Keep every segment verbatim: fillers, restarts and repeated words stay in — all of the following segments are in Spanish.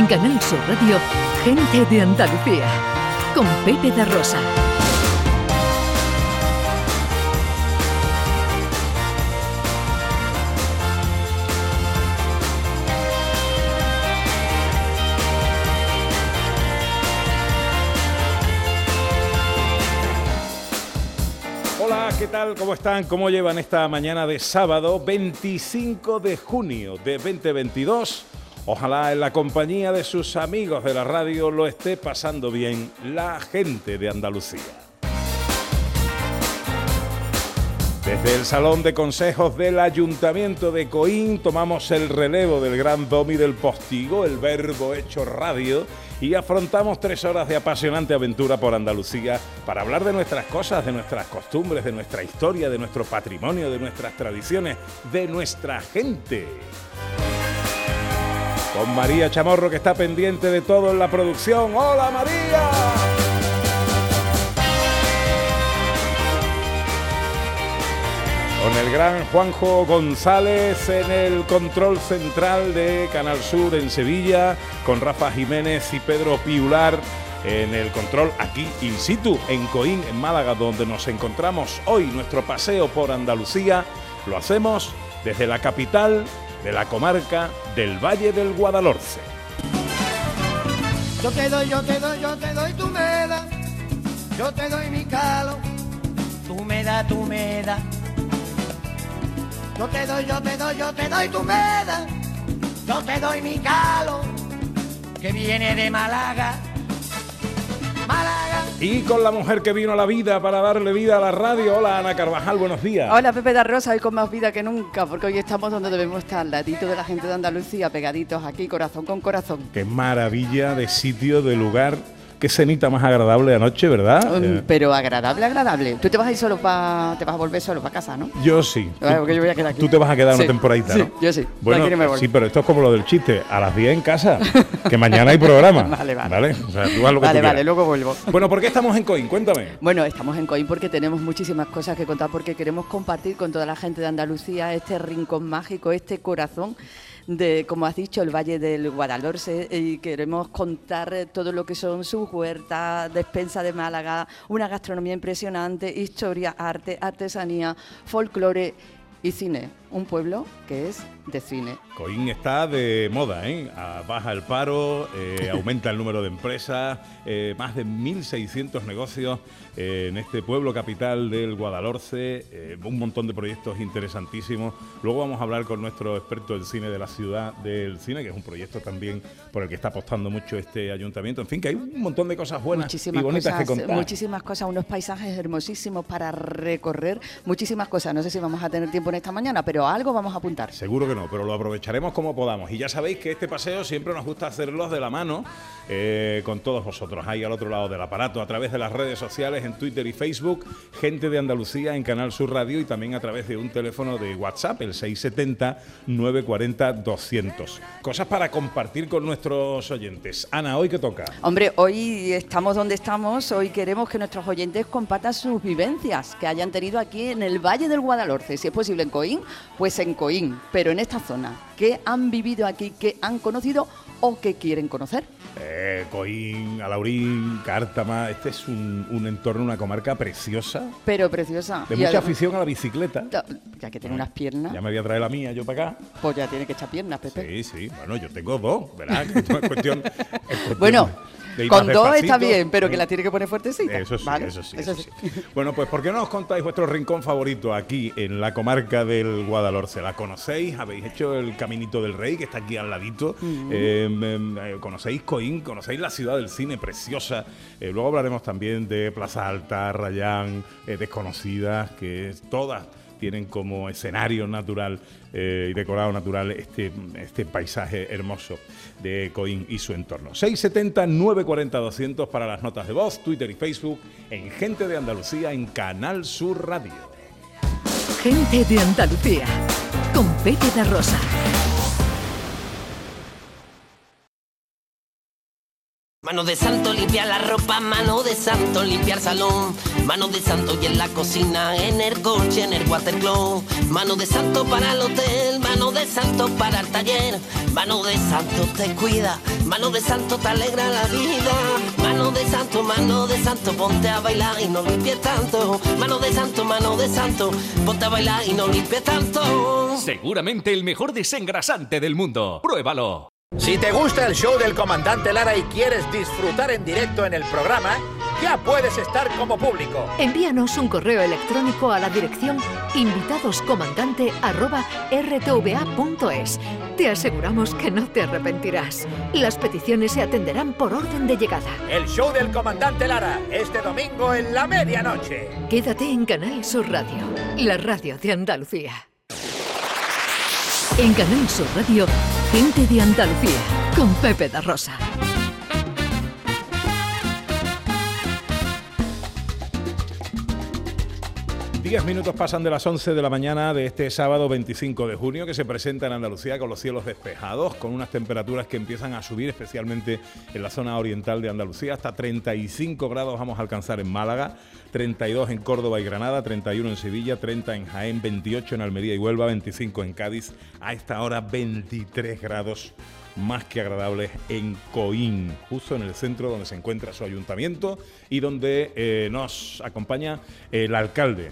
En Canal Sur Radio, Gente de Andalucía, con Pepe da Rosa. Hola, ¿qué tal? ¿Cómo están? ¿Cómo llevan esta mañana de sábado veinticinco de junio de veinte veintidós? Ojalá en la compañía de sus amigos de la radio lo esté pasando bien la gente de Andalucía. Desde el Salón de Consejos del Ayuntamiento de Coín tomamos el relevo del gran domi del postigo, el verbo hecho radio, y afrontamos tres horas de apasionante aventura por Andalucía para hablar de nuestras cosas, de nuestras costumbres, de nuestra historia, de nuestro patrimonio, de nuestras tradiciones, de nuestra gente. Con María Chamorro, que está pendiente de todo en la producción. ¡Hola, María! Con el gran Juanjo González en el control central de Canal Sur en Sevilla, con Rafa Jiménez y Pedro Piular en el control aquí in situ, en Coín, en Málaga, donde nos encontramos hoy. Nuestro paseo por Andalucía lo hacemos desde la capital de la comarca del Valle del Guadalhorce. Yo te doy, yo te doy, yo te doy, tú me das, yo te doy mi calo, tú me das, tú me das. Yo te doy, yo te doy, yo te doy, tú me das, yo te doy mi calo, que viene de Málaga, Málaga. Y con la mujer que vino a la vida para darle vida a la radio. Hola, Ana Carvajal, buenos días. Hola, Pepe da Rosa, hoy con más vida que nunca, porque hoy estamos donde debemos estar, al ladito de la gente de Andalucía, pegaditos aquí, corazón con corazón. Qué maravilla de sitio, de lugar. Qué cenita más agradable anoche, ¿verdad? Um, eh. Pero agradable, agradable. Tú te vas a ir solo para... te vas a volver solo para casa, ¿no? Yo sí. Claro, porque yo voy a quedar aquí. Tú te vas a quedar sí. una temporadita, ¿no? Sí, yo sí. Bueno, me voy. sí, pero esto es como lo del chiste. A las diez en casa, que mañana hay programa. Vale, vale. ¿Vale? O sea, tú haz lo que Vale, tú vale, quieras. luego vuelvo. Bueno, ¿por qué estamos en Coín? Cuéntame. Bueno, estamos en Coín porque tenemos muchísimas cosas que contar, porque queremos compartir con toda la gente de Andalucía este rincón mágico, este corazón de, como has dicho, el Valle del Guadalhorce, y queremos contar todo lo que son sus huertas, despensa de Málaga, una gastronomía impresionante, historia, arte, artesanía, folclore y cine. Un pueblo que es de cine. Coín está de moda, ¿eh? Baja el paro, eh, aumenta el número de empresas, eh, más de mil seiscientos negocios eh, en este pueblo capital del Guadalhorce, eh, un montón de proyectos interesantísimos. Luego vamos a hablar con nuestro experto en cine de la ciudad del cine, que es un proyecto también por el que está apostando mucho este ayuntamiento. En fin, que hay un montón de cosas buenas muchísimas y bonitas cosas, que contar. Muchísimas cosas, unos paisajes hermosísimos para recorrer, muchísimas cosas. No sé si vamos a tener tiempo en esta mañana, pero algo vamos a apuntar. Seguro que no, pero lo aprovecharemos como podamos. Y ya sabéis que este paseo siempre nos gusta hacerlos de la mano eh, con todos vosotros, ahí al otro lado del aparato, a través de las redes sociales, en Twitter y Facebook, Gente de Andalucía en Canal Sur Radio, y también a través de un teléfono de WhatsApp, el seis siete cero, nueve cuatro cero, doscientos. Cosas para compartir con nuestros oyentes. Ana, ¿hoy qué toca? Hombre, hoy estamos donde estamos, hoy queremos que nuestros oyentes compartan sus vivencias que hayan tenido aquí en el Valle del Guadalhorce, si es posible en Coín, pues en Coín, pero en esta zona. ¿Qué han vivido aquí, qué han conocido o qué quieren conocer? Eh, Coín, Alaurín, Cártama, este es un, un entorno, una comarca preciosa. Pero preciosa. De Y mucha además, afición a la bicicleta. ya que tiene unas piernas, Ya me voy a traer la mía yo para acá. pues ya tiene que echar piernas, Pepe. Sí, sí, bueno, yo tengo dos, ¿verdad? Que esto es cuestión, es cuestión Bueno, de ir con más dos despacito. está bien, pero que la tiene que poner fuertecita. Eso sí, ¿vale? eso sí, Eso eso sí. sí. Bueno, pues ¿por qué no os contáis vuestro rincón favorito aquí en la comarca del Guadalhorce? ¿La conocéis? ¿Habéis hecho el Caminito del Rey, que está aquí al ladito? Mm. Eh, eh, ¿Conocéis Coín? ¿Conocéis la ciudad del cine preciosa? Eh, luego hablaremos también de Plaza Alta, Rayán, eh, Desconocidas, que es, todas tienen como escenario natural eh, y decorado natural este, este paisaje hermoso de Coín y su entorno. seis siete cero, nueve cuatro cero, doscientos para las notas de voz, Twitter y Facebook, en Gente de Andalucía, en Canal Sur Radio. Gente de Andalucía, con Pepe da Rosa. Mano de santo limpiar la ropa, mano de santo limpiar salón, mano de santo y en la cocina, en el coche, en el watercloak, mano de santo para el hotel, mano de santo para el taller, mano de santo te cuida, mano de santo te alegra la vida, mano de santo, mano de santo, ponte a bailar y no limpies tanto, mano de santo, mano de santo, ponte a bailar y no limpies tanto. Seguramente el mejor desengrasante del mundo. Pruébalo. Si te gusta el show del Comandante Lara y quieres disfrutar en directo en el programa, ya puedes estar como público. Envíanos un correo electrónico a la dirección invitadoscomandante arroba r t v a punto es. Te aseguramos que no te arrepentirás. Las peticiones se atenderán por orden de llegada. El show del Comandante Lara, este domingo en la medianoche. Quédate en Canal Sur Radio, la radio de Andalucía. En Canal Sur Radio, Gente de Andalucía, con Pepe da Rosa. Diez minutos pasan de las once de la mañana de este sábado veinticinco de junio, que se presenta en Andalucía con los cielos despejados, con unas temperaturas que empiezan a subir, especialmente en la zona oriental de Andalucía. Hasta treinta y cinco grados vamos a alcanzar en Málaga, treinta y dos en Córdoba y Granada, treinta y uno en Sevilla, treinta en Jaén, veintiocho en Almería y Huelva, veinticinco en Cádiz. A esta hora veintitrés grados más que agradables en Coín, justo en el centro donde se encuentra su ayuntamiento y donde eh, nos acompaña el alcalde.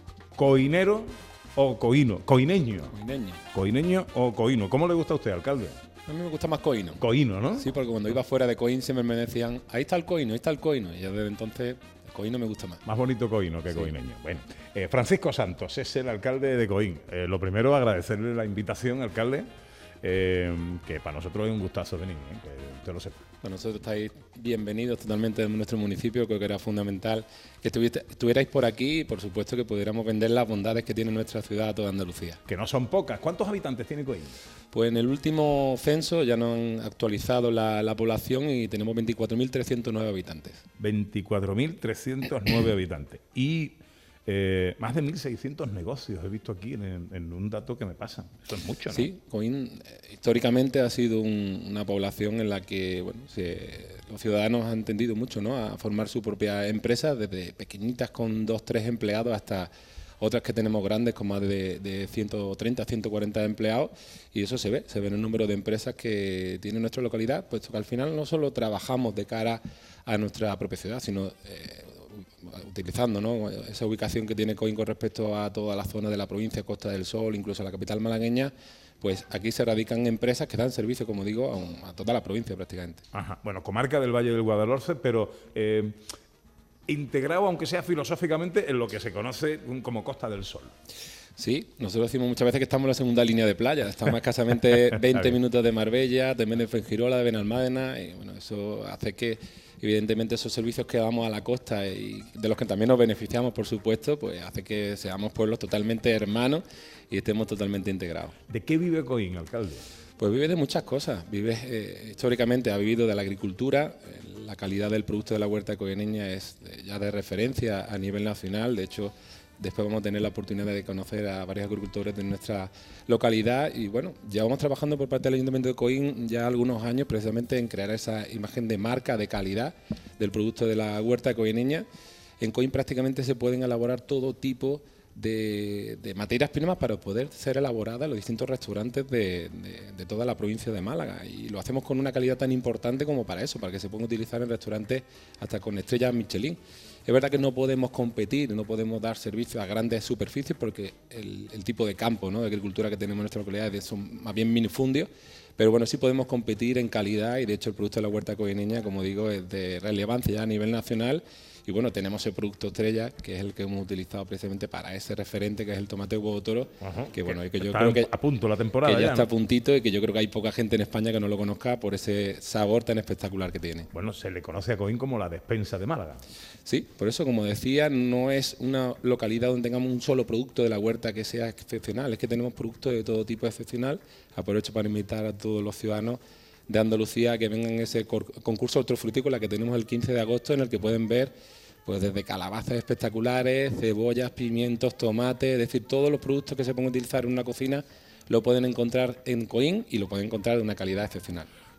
¿Coinero o coíno? Coineño. Coineño. Coineño o coíno. ¿Cómo le gusta a usted, alcalde? A mí me gusta más coíno. Coíno, ¿no? Sí, porque cuando iba fuera de Coín siempre me decían, ahí está el coíno, ahí está el coíno. Y ya desde entonces el coíno me gusta más. Más bonito coíno que sí. Coineño. Bueno, eh, Francisco Santos es el alcalde de Coín. Eh, lo primero, agradecerle la invitación, alcalde, eh, que para nosotros es un gustazo venir, ¿eh? Que usted lo sepa. Para nosotros estáis bienvenidos totalmente en nuestro municipio. Creo que era fundamental que estuvierais por aquí y por supuesto que pudiéramos vender las bondades que tiene nuestra ciudad a toda Andalucía. Que no son pocas. ¿Cuántos habitantes tiene Coín? Pues en el último censo ya nos han actualizado la, la población y tenemos veinticuatro mil trescientos nueve habitantes. veinticuatro mil trescientos nueve habitantes. Y eh, más de mil seiscientos negocios he visto aquí en, en un dato que me pasa. Eso es mucho, ¿no? Sí, Coín eh, históricamente ha sido un, una población en la que bueno, se, los ciudadanos han tendido mucho, ¿no?, a formar su propia empresa, desde pequeñitas con dos, tres empleados hasta otras que tenemos grandes con más de, de ciento treinta, ciento cuarenta empleados, y eso se ve, se ve en el número de empresas que tiene nuestra localidad, puesto que al final no solo trabajamos de cara a nuestra propia ciudad, sino eh, utilizando, ¿no?, esa ubicación que tiene Coín con respecto a toda la zona de la provincia, Costa del Sol, incluso a la capital malagueña, pues aquí se radican empresas que dan servicio, como digo, a, a toda la provincia prácticamente. Ajá. Bueno, comarca del Valle del Guadalhorce, pero eh, integrado, aunque sea filosóficamente, en lo que se conoce como Costa del Sol. Sí, nosotros decimos muchas veces que estamos en la segunda línea de playa. Estamos a escasamente veinte minutos de Marbella, también de Fuengirola, de Benalmádena, y bueno, eso hace que evidentemente esos servicios que damos a la costa y de los que también nos beneficiamos, por supuesto, pues hace que seamos pueblos totalmente hermanos y estemos totalmente integrados. ¿De qué vive Coín, alcalde? Pues vive de muchas cosas. Vive, eh, históricamente ha vivido de la agricultura. Eh, la calidad del producto de la huerta coineña es eh, ya de referencia a nivel nacional. De hecho, después vamos a tener la oportunidad de conocer a varios agricultores de nuestra localidad y bueno, ya vamos trabajando por parte del Ayuntamiento de Coín ya algunos años precisamente en crear esa imagen de marca, de calidad del producto de la huerta coineña. En Coín prácticamente se pueden elaborar todo tipo de, de materias primas para poder ser elaboradas en los distintos restaurantes de, de, de toda la provincia de Málaga, y lo hacemos con una calidad tan importante como para eso, para que se puedan utilizar en restaurantes hasta con estrellas Michelin. Es verdad que no podemos competir, no podemos dar servicio a grandes superficies porque el, el tipo de campo, ¿no?, de agricultura que tenemos en nuestra localidad son más bien minifundios, pero bueno, sí podemos competir en calidad y de hecho el producto de la huerta coineña, como digo, es de relevancia ya a nivel nacional. Y bueno, tenemos el producto estrella, que es el que hemos utilizado precisamente para ese referente, que es el tomate huevo toro, Ajá, que bueno, que, que yo está creo que a punto la temporada, que ya, ya está ¿no? a puntito y que yo creo que hay poca gente en España que no lo conozca por ese sabor tan espectacular que tiene. Bueno, se le conoce a Coín como la despensa de Málaga. Sí, por eso, como decía, no es una localidad donde tengamos un solo producto de la huerta que sea excepcional, es que tenemos productos de todo tipo excepcional. Aprovecho para invitar a todos los ciudadanos de Andalucía que vengan a ese concurso hortofrutícola que tenemos el quince de agosto, en el que pueden ver pues desde calabazas espectaculares, cebollas, pimientos, tomates, es decir, todos los productos que se pueden utilizar en una cocina lo pueden encontrar en Coín y lo pueden encontrar de una calidad excepcional.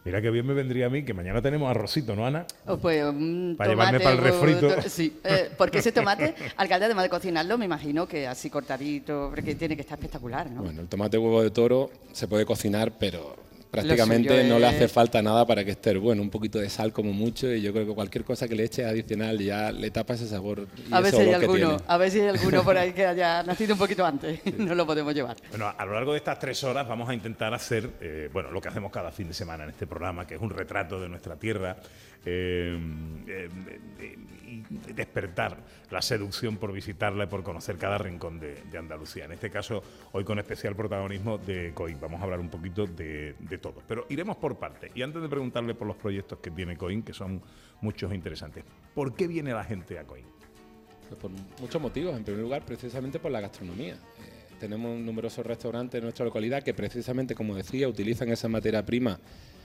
Mira qué bien me vendría a mí, que mañana tenemos arrocito, ¿no, Ana? Oh, pues un para tomate, llevarme para el refrito. to- sí, eh, porque ese tomate, alcalde, además de cocinarlo, me imagino que así cortadito, porque tiene que estar espectacular, ¿no? Bueno, el tomate huevo de toro se puede cocinar, pero prácticamente suyo no le es- hace falta nada para que esté bueno. Un poquito de sal como mucho y yo creo que cualquier cosa que le eches adicional ya le tapa ese sabor y A ver ese si hay olor que alguno, tiene. a ver si hay alguno por ahí que haya nacido un poquito antes. No lo podemos llevar. Bueno, a lo largo de estas tres horas vamos a intentar hacer, eh, bueno, lo que hacemos cada fin de semana en este programa, que es un retrato de nuestra tierra, eh, eh, eh, y despertar la seducción por visitarla y por conocer cada rincón de, de Andalucía. En este caso, hoy con especial protagonismo de Coín. Vamos a hablar un poquito de, de todo, pero iremos por partes. Y antes de preguntarle por los proyectos que tiene Coín, que son muchos e interesantes, ¿por qué viene la gente a Coín? Pues por muchos motivos. En primer lugar, precisamente por la gastronomía. Eh, tenemos numerosos restaurantes en nuestra localidad que precisamente, como decía, utilizan esa materia prima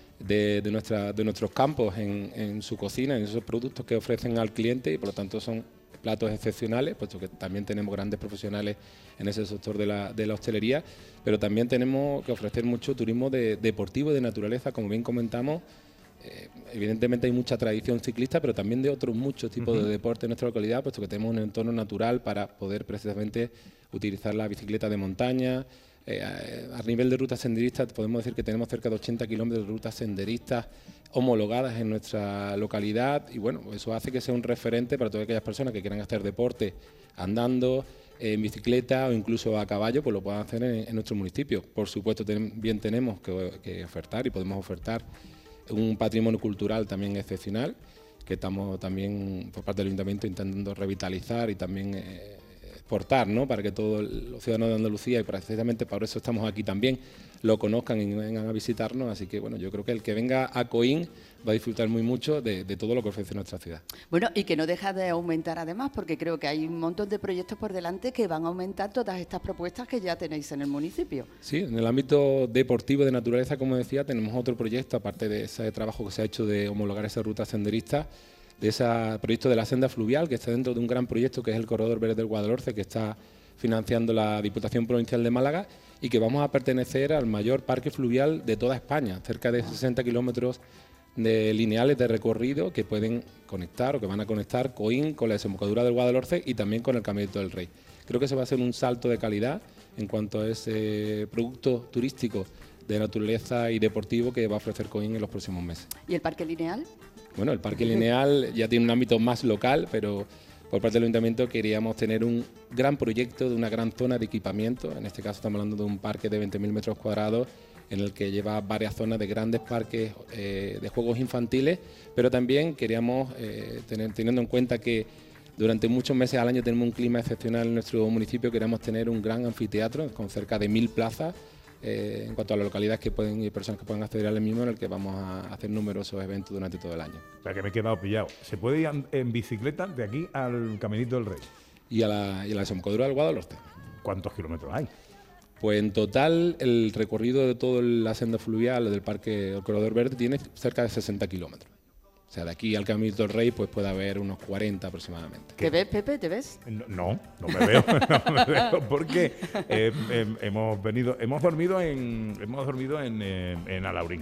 de, de, nuestra, de nuestros campos en, en su cocina, en esos productos que ofrecen al cliente y por lo tanto son platos excepcionales, puesto que también tenemos grandes profesionales en ese sector de la, de la hostelería, pero también tenemos que ofrecer mucho turismo de, deportivo y de naturaleza, como bien comentamos. Eh, evidentemente hay mucha tradición ciclista, pero también de otros muchos tipos uh-huh. de deporte en nuestra localidad, puesto que tenemos un entorno natural para poder precisamente utilizar la bicicleta de montaña. Eh, a, a nivel de rutas senderistas podemos decir que tenemos cerca de ochenta kilómetros de rutas senderistas homologadas en nuestra localidad y bueno, eso hace que sea un referente para todas aquellas personas que quieran hacer deporte andando, eh, en bicicleta o incluso a caballo, pues lo puedan hacer en, en nuestro municipio. Por supuesto, también tenemos que, que ofertar y podemos ofertar un patrimonio cultural también excepcional, que estamos también por parte del Ayuntamiento intentando revitalizar y también eh, exportar, ¿no? Para que todos los ciudadanos de Andalucía, y precisamente por eso estamos aquí también, lo conozcan y vengan a visitarnos. Así que bueno, yo creo que el que venga a Coín va a disfrutar muy mucho de, de todo lo que ofrece nuestra ciudad. Bueno, y que no deja de aumentar además, porque creo que hay un montón de proyectos por delante que van a aumentar todas estas propuestas que ya tenéis en el municipio. Sí, en el ámbito deportivo de naturaleza, como decía, tenemos otro proyecto, aparte de ese trabajo que se ha hecho de homologar esa ruta senderista, de ese proyecto de la senda fluvial, que está dentro de un gran proyecto que es el Corredor Verde del Guadalhorce, que está financiando la Diputación Provincial de Málaga y que vamos a pertenecer al mayor parque fluvial de toda España, cerca de sesenta kilómetros de lineales de recorrido que pueden conectar o que van a conectar Coín con la desembocadura del Guadalhorce y también con el Caminito del Rey. Creo que se va a hacer un salto de calidad en cuanto a ese producto turístico de naturaleza y deportivo que va a ofrecer Coín en los próximos meses. ¿Y el parque lineal? Bueno, el parque lineal ya tiene un ámbito más local, pero por parte del Ayuntamiento queríamos tener un gran proyecto de una gran zona de equipamiento. En este caso estamos hablando de un parque de veinte mil metros cuadrados en el que lleva varias zonas de grandes parques eh, de juegos infantiles, pero también queríamos, eh, tener, teniendo en cuenta que durante muchos meses al año tenemos un clima excepcional en nuestro municipio, queríamos tener un gran anfiteatro con cerca de mil plazas, Eh, en cuanto a las localidades que pueden y personas que pueden acceder al mismo, en el que vamos a hacer numerosos eventos durante todo el año. O sea, que me he quedado pillado. ¿Se puede ir en bicicleta de aquí al Caminito del Rey? Y a la, y a la desembocadura del Guadalhorce. ¿Cuántos kilómetros hay? Pues en total el recorrido de toda la senda fluvial del Parque del Corredor Verde tiene cerca de sesenta kilómetros. O sea, de aquí al Caminito del Rey pues puede haber unos cuarenta aproximadamente. ¿Te ves, Pepe? ¿Te ves? No, no me veo, no me veo, porque eh, eh, hemos venido, hemos dormido en, hemos dormido en, eh, en Alaurín.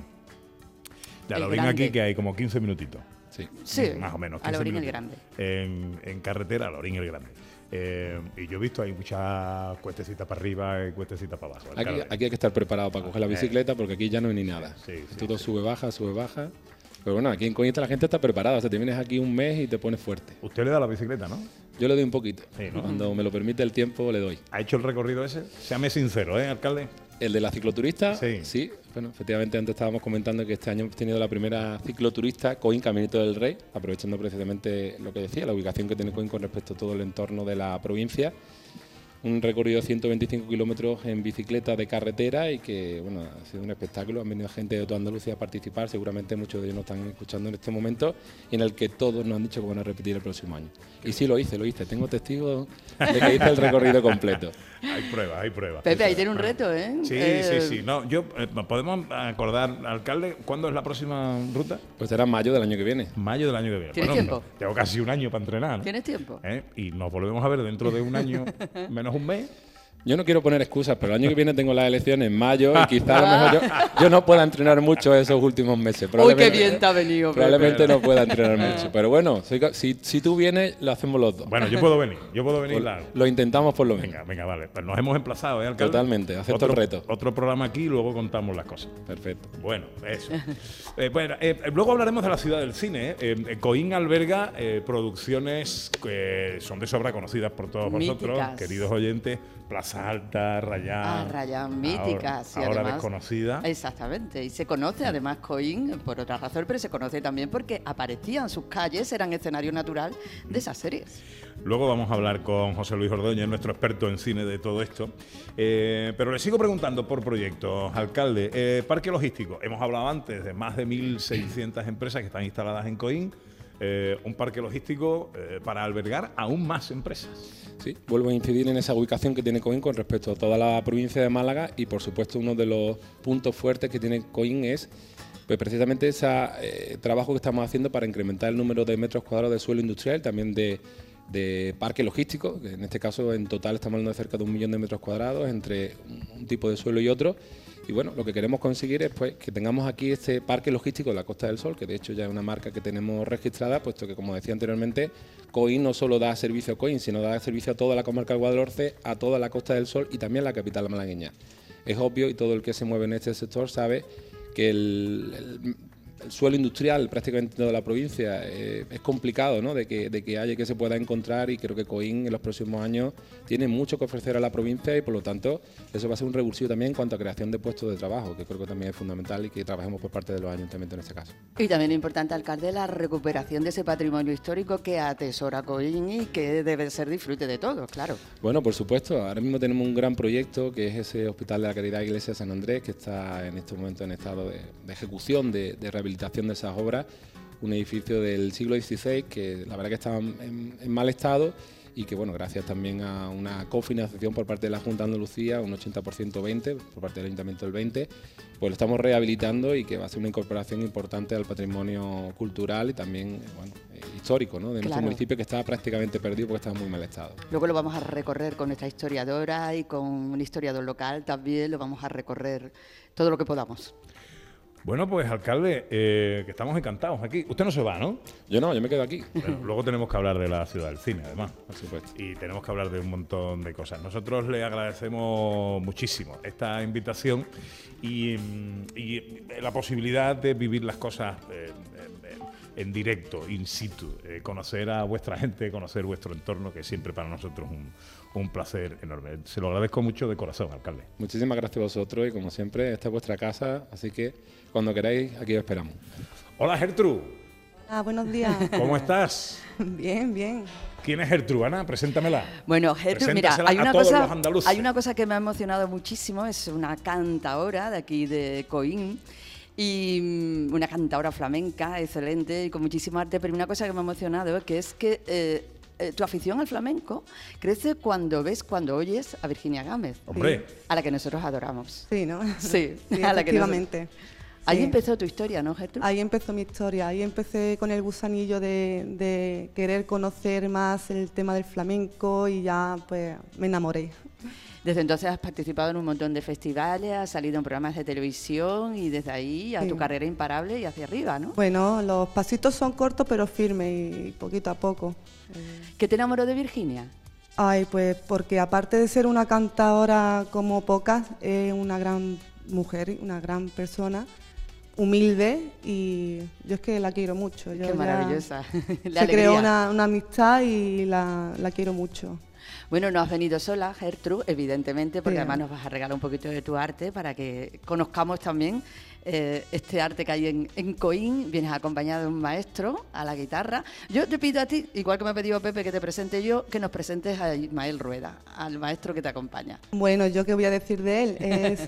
De Alaurín aquí que hay como quince minutitos. Sí, sí, más o menos. Alaurín el Grande. En, en carretera, Alaurín el Grande. Eh, y yo he visto hay muchas cuestecitas para arriba y cuestecitas para abajo. Aquí, aquí hay que estar preparado para coger la bicicleta porque aquí ya no hay ni nada. Sí, sí, Todo sí. sube, baja, sube, baja. Pero bueno, aquí en Coín la gente está preparada. O sea, te vienes aquí un mes y te pones fuerte. Usted le da la bicicleta, ¿no? Yo le doy un poquito. Sí, ¿no? Cuando me lo permite el tiempo, le doy. ¿Ha hecho el recorrido ese? Séame sincero, ¿eh, alcalde? El de la cicloturista, sí. sí. Bueno, efectivamente antes estábamos comentando que este año hemos tenido la primera cicloturista Coín Caminito del Rey, aprovechando precisamente lo que decía, la ubicación que tiene Coín con respecto a todo el entorno de la provincia. Un recorrido de ciento veinticinco kilómetros en bicicleta de carretera y que bueno, ha sido un espectáculo. Han venido gente de toda Andalucía a participar, seguramente muchos de ellos nos están escuchando en este momento, y en el que todos nos han dicho que van a repetir el próximo año. Y sí lo hice, lo hice. Tengo testigos de que hice el recorrido completo. Hay pruebas, hay pruebas. Pepe, ahí tiene un reto, ¿eh? Sí, eh... sí, sí. No, yo, eh, ¿podemos acordar, alcalde, cuándo es la próxima ruta? Pues será mayo del año que viene. Mayo del año que viene. ¿Tienes bueno, tiempo? Tengo casi un año para entrenar, ¿no? ¿Tienes tiempo? ¿Eh? Y nos volvemos a ver dentro de un año menos un mes. Yo no quiero poner excusas, pero el año que viene tengo las elecciones en mayo y quizá a lo mejor yo, yo no pueda entrenar mucho esos últimos meses. Uy, qué bien te ha venido. Probablemente Pepe. no pueda entrenar mucho. Pero bueno, soy, si, si tú vienes, lo hacemos los dos. Bueno, yo puedo venir, yo puedo venir. Pues lo intentamos por lo menos. Venga, venga, vale. Pues nos hemos emplazado, ¿eh, alcalde? Totalmente, acepto otro, el reto. Otro programa aquí y luego contamos las cosas. Perfecto. Bueno, eso. eh, bueno, eh, luego hablaremos de la ciudad del cine. ¿eh? Eh, Coín alberga eh, producciones que son de sobra conocidas por todos vosotros, Míticas. queridos oyentes. Plaza Alta, Rayán. Ah, Rayán, míticas. Ahora, y ahora además, desconocida. Exactamente. Y se conoce además Coín por otra razón, pero se conoce también porque aparecían sus calles, eran escenario natural de esas series. Luego vamos a hablar con José Luis Ordóñez, nuestro experto en cine de todo esto. Eh, pero le sigo preguntando por proyectos, alcalde. Eh, parque logístico. Hemos hablado antes de más de mil seiscientas empresas que están instaladas en Coín. Eh, un parque logístico eh, para albergar aún más empresas. Sí, vuelvo a incidir en esa ubicación que tiene Coín con respecto a toda la provincia de Málaga y por supuesto uno de los puntos fuertes que tiene Coín es pues precisamente ese eh, trabajo que estamos haciendo para incrementar el número de metros cuadrados de suelo industrial, también de, de parque logístico, que en este caso en total estamos hablando de cerca de un millón de metros cuadrados entre un tipo de suelo y otro. Y bueno, lo que queremos conseguir es pues que tengamos aquí este parque logístico de la Costa del Sol, que de hecho ya es una marca que tenemos registrada, puesto que como decía anteriormente, Coín no solo da servicio a Coín, sino da servicio a toda la comarca del Guadalhorce, a toda la Costa del Sol y también a la capital malagueña. Es obvio y todo el que se mueve en este sector sabe que el, el, el suelo industrial prácticamente de toda la provincia eh, es complicado, ¿no? de, que, de que haya y que se pueda encontrar, y creo que Coín en los próximos años tiene mucho que ofrecer a la provincia y por lo tanto eso va a ser un revulsivo también en cuanto a creación de puestos de trabajo, que creo que también es fundamental y que trabajemos por parte de los ayuntamientos en este caso. Y también es importante, alcalde, la recuperación de ese patrimonio histórico que atesora Coín y que debe ser disfrute de todos, claro. Bueno, por supuesto, ahora mismo tenemos un gran proyecto que es ese Hospital de la Caridad Iglesia de San Andrés, que está en este momento en estado de, de ejecución, de, de rehabilitación de esas obras, un edificio del siglo dieciséis que la verdad que estaba en, en mal estado y que, bueno, gracias también a una cofinanciación por parte de la Junta de Andalucía, un ochenta por ciento veinte por ciento, por parte del Ayuntamiento del veinte por ciento, pues lo estamos rehabilitando y que va a ser una incorporación importante al patrimonio cultural y también, bueno, eh, histórico, ¿no? De Claro. nuestro municipio, que estaba prácticamente perdido porque estaba en muy mal estado. Luego lo vamos a recorrer con nuestra historiadora y con un historiador local también, lo vamos a recorrer todo lo que podamos. Bueno, pues alcalde, eh, que estamos encantados aquí. Usted no se va, ¿no? Yo no, yo me quedo aquí. Bueno, luego tenemos que hablar de la ciudad del cine, además. Por supuesto. Y tenemos que hablar de un montón de cosas. Nosotros le agradecemos muchísimo esta invitación y, y la posibilidad de vivir las cosas eh, en directo, in situ, eh, conocer a vuestra gente, conocer vuestro entorno, que siempre para nosotros es un, un placer enorme. Se lo agradezco mucho de corazón, alcalde. Muchísimas gracias a vosotros y como siempre, esta es vuestra casa, así que cuando queráis, aquí os esperamos. Hola, Gertrude. Ah, buenos días. ¿Cómo estás? Bien, bien. ¿Quién es Gertrude, Ana? Preséntamela. Bueno, Gertrude, mira, Preséntasela hay a una, todos cosa, los andaluces. hay una cosa que me ha emocionado muchísimo, es una cantaora de aquí de Coín, y mm, una cantaora flamenca excelente y con muchísimo arte, pero una cosa que me ha emocionado que es que eh, eh, tu afición al flamenco crece cuando ves, cuando oyes a Virginia Gámez. Hombre. A la que nosotros adoramos. Sí, ¿no? Sí, Sí, a la que nosotros- efectivamente. Ahí Sí. empezó tu historia, ¿no, Gertrude? Ahí empezó mi historia, ahí empecé con el gusanillo de, de querer conocer más el tema del flamenco y ya pues me enamoré. Desde entonces has participado en un montón de festivales, has salido en programas de televisión y desde ahí a Sí. tu carrera imparable y hacia arriba, ¿no? Bueno, los pasitos son cortos pero firmes y poquito a poco. ¿Qué te enamoró de Virginia? Ay, pues porque aparte de ser una cantadora como pocas, es una gran mujer, una gran persona, humilde, y yo es que la quiero mucho. Yo Qué ya- maravillosa. La Se creó alegría. una, una amistad y la, la quiero mucho. Bueno, no has venido sola, Gertrude, evidentemente, porque Sí. además nos vas a regalar un poquito de tu arte para que conozcamos también eh, este arte que hay en, en Coín. Vienes acompañado de un maestro a la guitarra. Yo te pido a ti, igual que me ha pedido Pepe que te presente yo, que nos presentes a Ismael Rueda, al maestro que te acompaña. Bueno, yo qué voy a decir de él. Es,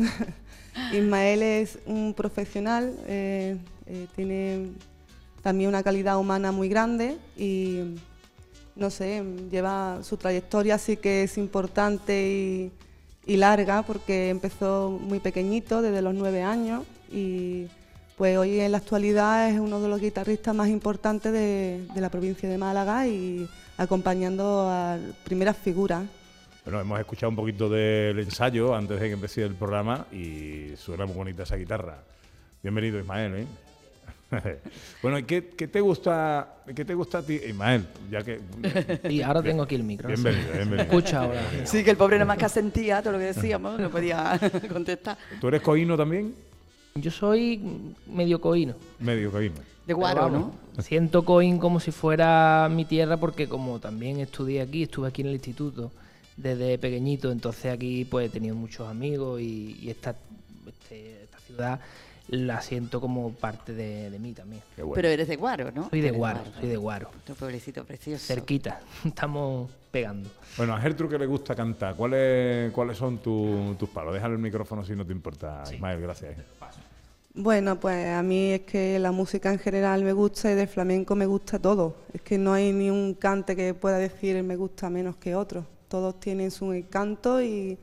Ismael es un profesional, eh, eh, tiene también una calidad humana muy grande y, no sé, lleva su trayectoria, sí que es importante y, y larga, porque empezó muy pequeñito, desde los nueve años, y pues hoy en la actualidad es uno de los guitarristas más importantes de, de la provincia de Málaga y acompañando a primeras figuras. Bueno, hemos escuchado un poquito del ensayo antes de que empecé el programa y suena muy bonita esa guitarra. Bienvenido, Ismael, ¿eh? Bueno, ¿qué, qué te gusta qué te gusta a ti, Ismael? Ya que y ahora tengo aquí el micro. Bienvenido, bienvenido. Escucha ahora. Sí, que el pobre nada más que asentía todo lo que decíamos, no podía contestar. ¿Tú eres coíno también? Yo soy medio coíno. Medio coíno. De Guaro, vamos, ¿no? Siento Coín como si fuera mi tierra porque como también estudié aquí, estuve aquí en el instituto desde pequeñito, entonces aquí pues he tenido muchos amigos y, y esta, este, esta ciudad la siento como parte de, de mí también. Bueno. Pero eres de Guaro, ¿no? Soy de Guaro, soy de Guaro. Tu pueblecito precioso. Cerquita, estamos pegando. Bueno, a Gertrude que le gusta cantar, ¿cuáles cuáles son tu, tus palos? Déjale el micrófono si no te importa, sí. Ismael, gracias. Bueno, pues a mí es que la música en general me gusta y del flamenco me gusta todo. Es que no hay ni un cante que pueda decir me gusta menos que otro. Todos tienen su encanto y,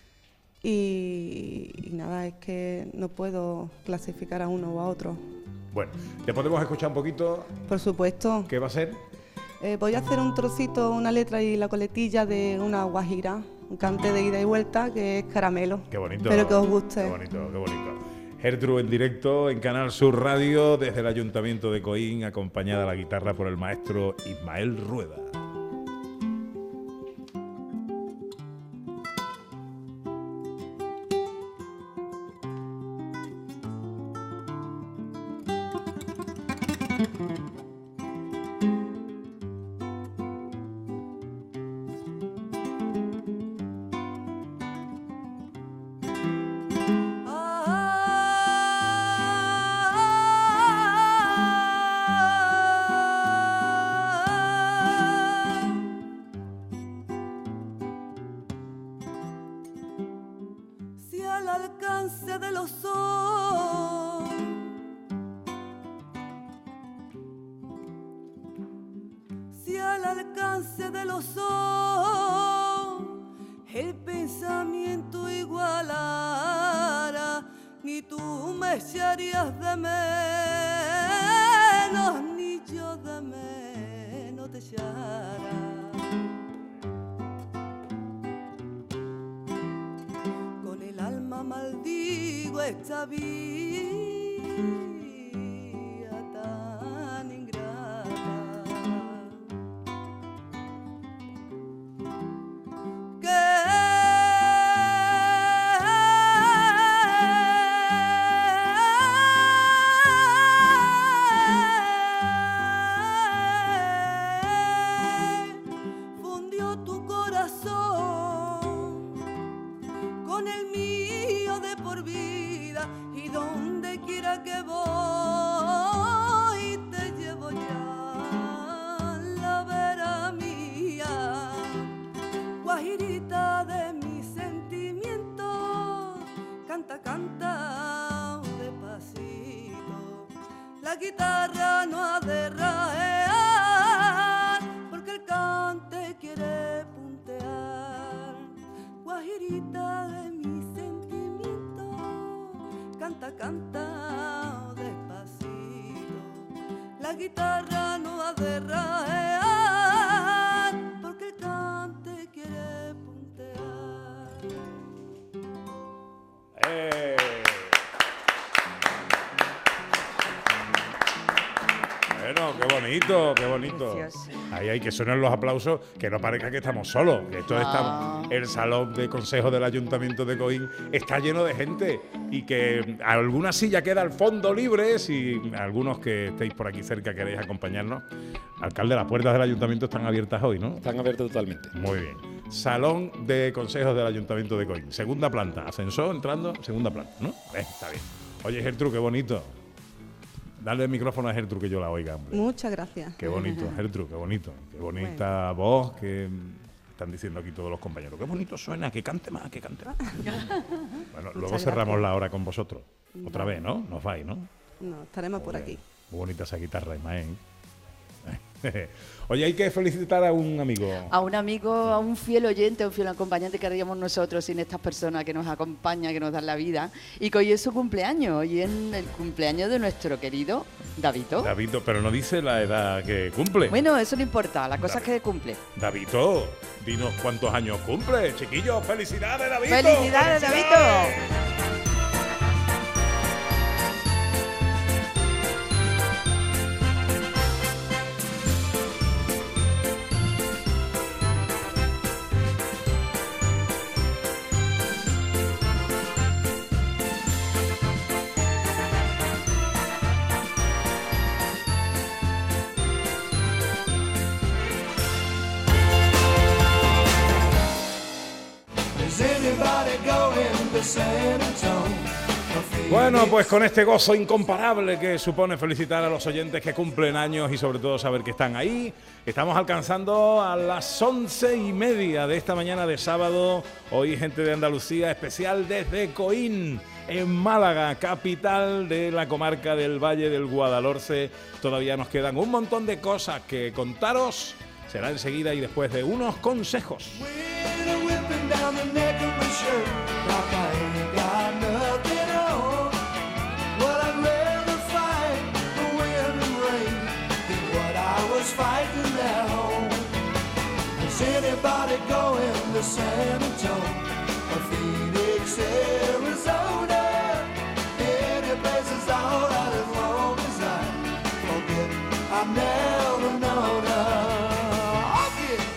y, y nada, es que no puedo clasificar a uno o a otro. Bueno, ¿te podemos escuchar un poquito? Por supuesto. ¿Qué va a ser? Eh, voy a hacer un trocito, una letra y la coletilla de una guajira, un cante de ida y vuelta que es Caramelo. Qué bonito. Espero que os guste. Qué bonito, qué bonito. Gertrude en directo en Canal Sur Radio desde el Ayuntamiento de Coín, acompañada a la guitarra por el maestro Ismael Rueda. Qué bonito. Precioso. Ahí hay que sonar los aplausos, que no parezca que estamos solos. Que esto no. está, el salón de consejo del Ayuntamiento de Coín está lleno de gente y que alguna silla queda al fondo libre. Si algunos que estéis por aquí cerca queréis acompañarnos. Alcalde, las puertas del Ayuntamiento están abiertas hoy, ¿no? Están abiertas totalmente. Muy bien. Salón de consejos del Ayuntamiento de Coín. Segunda planta. Ascensor entrando, segunda planta, ¿no? Eh, está bien. Oye, Gertrude, qué bonito. Dale el micrófono a Gertrude que yo la oiga, hombre. Muchas gracias. Qué bonito, Gertrude, qué bonito. Qué bonita bueno. voz que están diciendo aquí todos los compañeros. Qué bonito suena, que cante más, que cante más. Bueno, luego gracias. cerramos la hora con vosotros. Otra no. vez, ¿no? No os vais, ¿no? No, estaremos Muy por bien. aquí. Muy bonita esa guitarra, Ismael. Oye, hay que felicitar a un amigo. A un amigo, a un fiel oyente, a un fiel acompañante que haríamos nosotros sin estas personas que nos acompañan, que nos dan la vida. Y que hoy es su cumpleaños, hoy es el cumpleaños de nuestro querido Davito. Davito, pero no dice la edad que cumple. Bueno, eso no importa, la cosa es que cumple. Davito, dinos cuántos años cumple, chiquillos. ¡Felicidades, Davito! ¡Felicidades, Davito! Bueno, pues con este gozo incomparable que supone felicitar a los oyentes que cumplen años y sobre todo saber que están ahí, estamos alcanzando a las once y media de esta mañana de sábado. Hoy gente de Andalucía especial desde Coín, en Málaga, capital de la comarca del Valle del Guadalhorce. Todavía nos quedan un montón de cosas que contaros. Será enseguida y después de unos consejos. Anybody going to San Antonio or Phoenix, Arizona? Any place is alright as long as I forget I've never known her.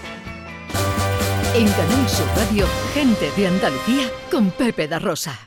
En Canal Sur Radio, gente de Andalucía con Pepe da Rosa.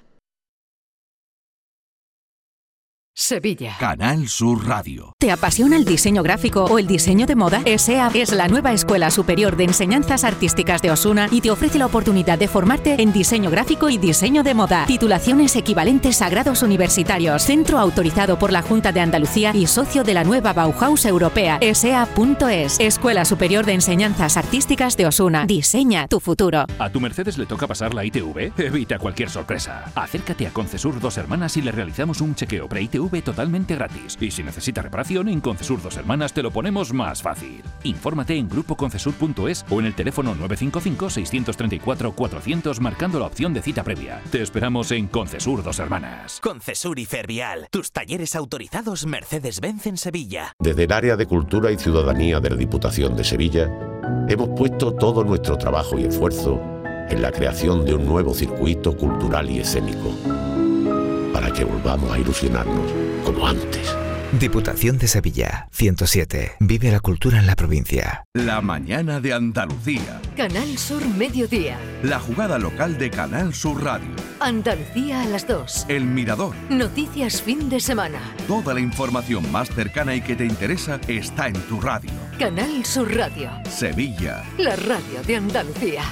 Sevilla. Canal Sur Radio. ¿Te apasiona el diseño gráfico o el diseño de moda? E S E A es la nueva Escuela Superior de Enseñanzas Artísticas de Osuna y te ofrece la oportunidad de formarte en diseño gráfico y diseño de moda. Titulaciones equivalentes a grados universitarios. Centro autorizado por la Junta de Andalucía y socio de la nueva Bauhaus Europea. E S E A punto es. Escuela Superior de Enseñanzas Artísticas de Osuna. Diseña tu futuro. ¿A tu Mercedes le toca pasar la I T V? Evita cualquier sorpresa. Acércate a Concesur Dos Hermanas y le realizamos un chequeo pre-I T V totalmente gratis. Y si necesita reparación, en Concesur Dos Hermanas te lo ponemos más fácil. Infórmate en grupo concesur punto es o en el teléfono nueve cinco cinco, seis tres cuatro, cuatrocientos marcando la opción de cita previa. Te esperamos en Concesur Dos Hermanas. Concesur y Fervial, tus talleres autorizados Mercedes-Benz en Sevilla. Desde el área de Cultura y Ciudadanía de la Diputación de Sevilla, hemos puesto todo nuestro trabajo y esfuerzo en la creación de un nuevo circuito cultural y escénico, para que volvamos a ilusionarnos como antes. Diputación de Sevilla, ciento siete. Vive la cultura en la provincia. La mañana de Andalucía. Canal Sur Mediodía. La jugada local de Canal Sur Radio. Andalucía a las dos. El Mirador. Noticias fin de semana. Toda la información más cercana y que te interesa está en tu radio. Canal Sur Radio. Sevilla. La radio de Andalucía.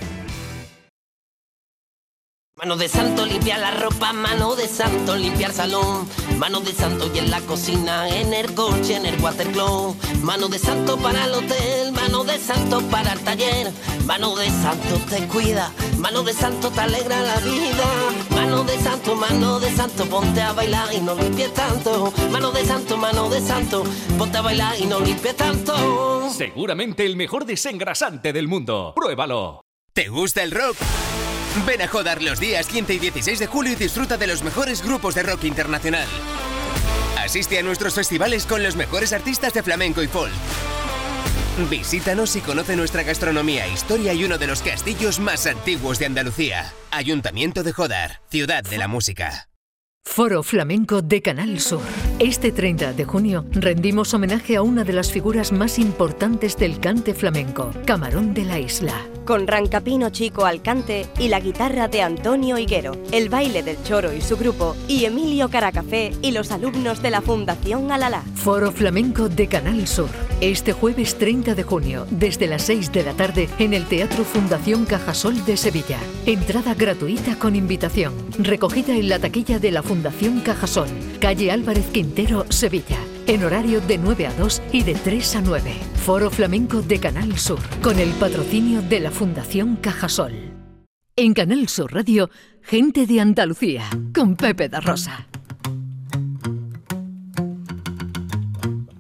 Mano de santo, limpiar la ropa, mano de santo, limpiar salón, mano de santo y en la cocina, en el coche, en el watercloak, mano de santo para el hotel, mano de santo para el taller, mano de santo te cuida, mano de santo te alegra la vida, mano de santo, mano de santo, ponte a bailar y no limpies tanto, mano de santo, mano de santo, ponte a bailar y no limpies tanto. Seguramente el mejor desengrasante del mundo. Pruébalo. ¿Te gusta el rock? Ven a Jodar los días quince y dieciséis de julio y disfruta de los mejores grupos de rock internacional. Asiste a nuestros festivales con los mejores artistas de flamenco y folk. Visítanos y conoce nuestra gastronomía, historia y uno de los castillos más antiguos de Andalucía. Ayuntamiento de Jodar, ciudad de la música. Foro Flamenco de Canal Sur. Este treinta de junio rendimos homenaje a una de las figuras más importantes del cante flamenco, Camarón de la Isla. Con Rancapino Chico al cante y la guitarra de Antonio Higuero, el baile del Choro y su grupo, y Emilio Caracafé y los alumnos de la Fundación Alalá. Foro Flamenco de Canal Sur. Este jueves treinta de junio, desde las seis de la tarde, en el Teatro Fundación Cajasol de Sevilla. Entrada gratuita con invitación. Recogida en la taquilla de la Fundación Cajasol, calle Álvarez Quintero, Sevilla. En horario de nueve a dos y de tres a nueve. Foro Flamenco de Canal Sur, con el patrocinio de la Fundación Cajasol. En Canal Sur Radio, gente de Andalucía, con Pepe da Rosa. A mí me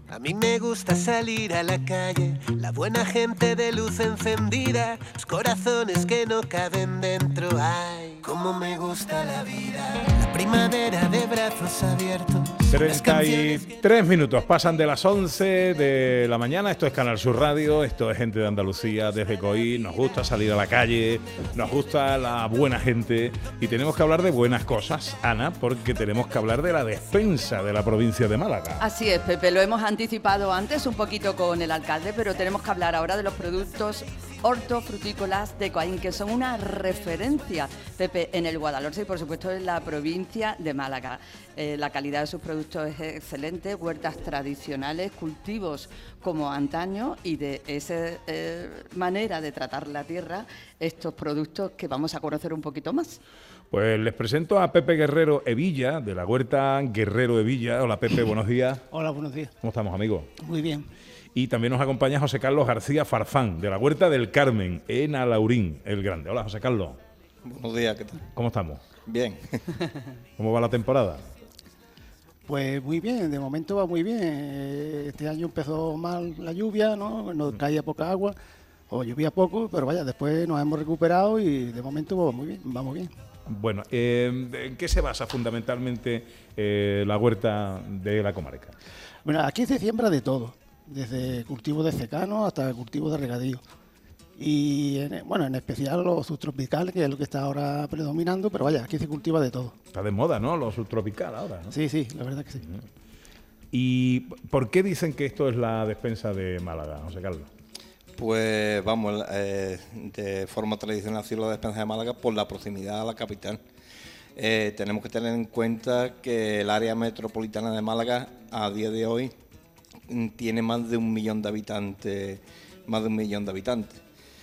me gusta salir a la calle, la buena gente de luz encendida, los corazones que no caben dentro. Ay, cómo me gusta la vida, la primavera de brazos abiertos. treinta y tres minutos pasan de las once de la mañana. Esto es Canal Sur Radio, esto es Gente de Andalucía desde Coín. Nos gusta salir a la calle, nos gusta la buena gente y tenemos que hablar de buenas cosas, Ana, porque tenemos que hablar de la despensa de la provincia de Málaga. Así es, Pepe, lo hemos anticipado antes un poquito con el alcalde, pero tenemos que hablar ahora de los productos hortofrutícolas de Coín, que son una referencia, Pepe, en el Guadalhorce y por supuesto en la provincia de Málaga. Eh, la calidad de sus productos es excelente, huertas tradicionales, cultivos como antaño y de esa eh, manera de tratar la tierra, estos productos que vamos a conocer un poquito más. Pues les presento a Pepe Guerrero Evilla, de la huerta Guerrero Evilla. Hola Pepe, buenos días. Hola, buenos días. ¿Cómo estamos, amigos? Muy bien. Y también nos acompaña José Carlos García Farfán, de la huerta del Carmen, en Alaurín, el Grande. Hola, José Carlos. Buenos días, ¿qué tal? ¿Cómo estamos? Bien. ¿Cómo va la temporada? Pues muy bien, de momento va muy bien. Este año empezó mal la lluvia, ¿no? Nos caía poca agua, o llovía poco, pero vaya, después nos hemos recuperado y de momento va muy bien, vamos bien. Bueno, eh, ¿en qué se basa fundamentalmente eh, la huerta de la comarca? Bueno, aquí se siembra de todo, desde cultivos de secano hasta cultivos de regadío. Y en, bueno, en especial los subtropicales, que es lo que está ahora predominando, pero vaya, aquí se cultiva de todo. Está de moda, ¿no? Lo subtropical ahora, ¿no? Sí, sí, la verdad que sí. ¿Y por qué dicen que esto es la despensa de Málaga, José Carlos? Pues vamos, eh, de forma tradicional ha sido la despensa de Málaga por la proximidad a la capital. Eh, tenemos que tener en cuenta que el área metropolitana de Málaga a día de hoy tiene más de un millón de habitantes, más de un millón de habitantes.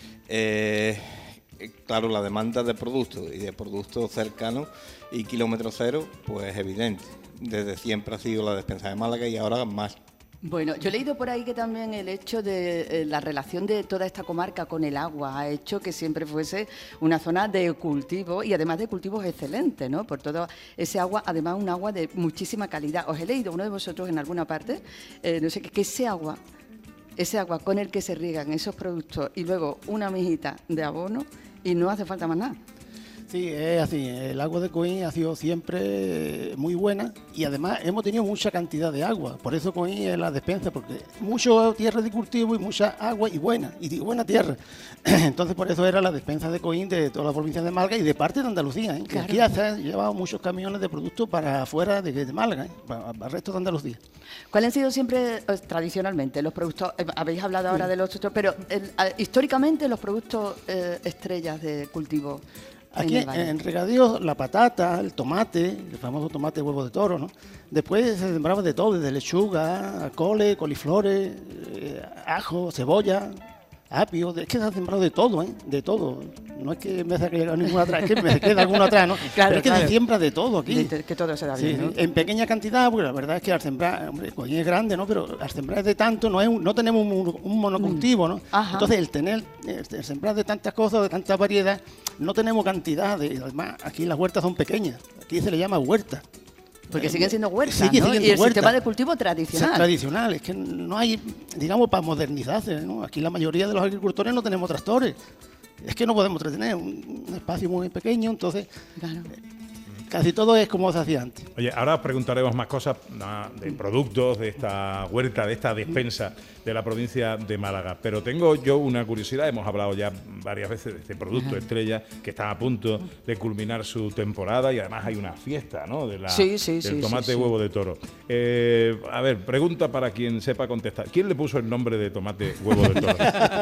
Eh, claro, la demanda de productos y de productos cercanos y kilómetro cero, pues es evidente. Desde siempre ha sido la despensa de Málaga y ahora más. Bueno, yo he leído por ahí que también el hecho de eh, la relación de toda esta comarca con el agua ha hecho que siempre fuese una zona de cultivo y además de cultivos excelentes, ¿no? Por todo ese agua, además un agua de muchísima calidad. Os he leído, uno de vosotros en alguna parte, eh, no sé, que, que ese agua, ese agua con el que se riegan esos productos y luego una mijita de abono y no hace falta más nada. Sí, es así. El agua de Coín ha sido siempre muy buena y además hemos tenido mucha cantidad de agua. Por eso Coín es la despensa, porque mucha tierra de cultivo y mucha agua y buena, y buena tierra. Entonces por eso era la despensa de Coín de toda la provincia de Málaga y de parte de Andalucía. ¿eh? Claro. Aquí se han llevado muchos camiones de productos para afuera de, de Málaga, ¿eh? para, para el resto de Andalucía. ¿Cuáles han sido siempre, pues, tradicionalmente, los productos, eh, habéis hablado ahora sí. de los otros, pero el, históricamente los productos eh, estrellas de cultivo? Aquí en, en regadíos la patata, el tomate, el famoso tomate huevo de toro, ¿no? Después se sembraba de todo, desde lechuga, cole, coliflores, eh, ajo, cebolla, apio, es que se ha sembrado de todo, ¿eh? De todo. No es que me saque ninguna atrás, es que me queda alguna atrás, ¿no? Claro, pero es que claro. se siembra de todo aquí. Que todo se da sí, bien, ¿no? En pequeña cantidad, porque la verdad es que al sembrar, hombre, Coín es grande, ¿no? Pero al sembrar de tanto no es un, no tenemos un, un monocultivo, ¿no? Ajá. Entonces el tener, el, el sembrar de tantas cosas, de tanta variedad, no tenemos cantidad. De, además, aquí las huertas son pequeñas. Aquí se le llama huerta. Porque siguen siendo huertas, Sigue ¿no? siendo Y el huerta. sistema de cultivo tradicional. Es tradicional, es que no hay, digamos, para modernizarse, ¿no? Aquí la mayoría de los agricultores no tenemos tractores. Es que no podemos tener un, un espacio muy pequeño, entonces claro. casi todo es como se hacía antes. Oye, ahora os preguntaremos más cosas nah, de productos de esta huerta, de esta despensa de la provincia de Málaga. Pero tengo yo una curiosidad, hemos hablado ya varias veces de este producto Ajá. estrella que está a punto de culminar su temporada y además hay una fiesta, ¿no? De la, sí, sí, del sí, tomate sí, sí. huevo de toro. Eh, a ver, pregunta para quien sepa contestar. ¿Quién le puso el nombre de tomate huevo de toro?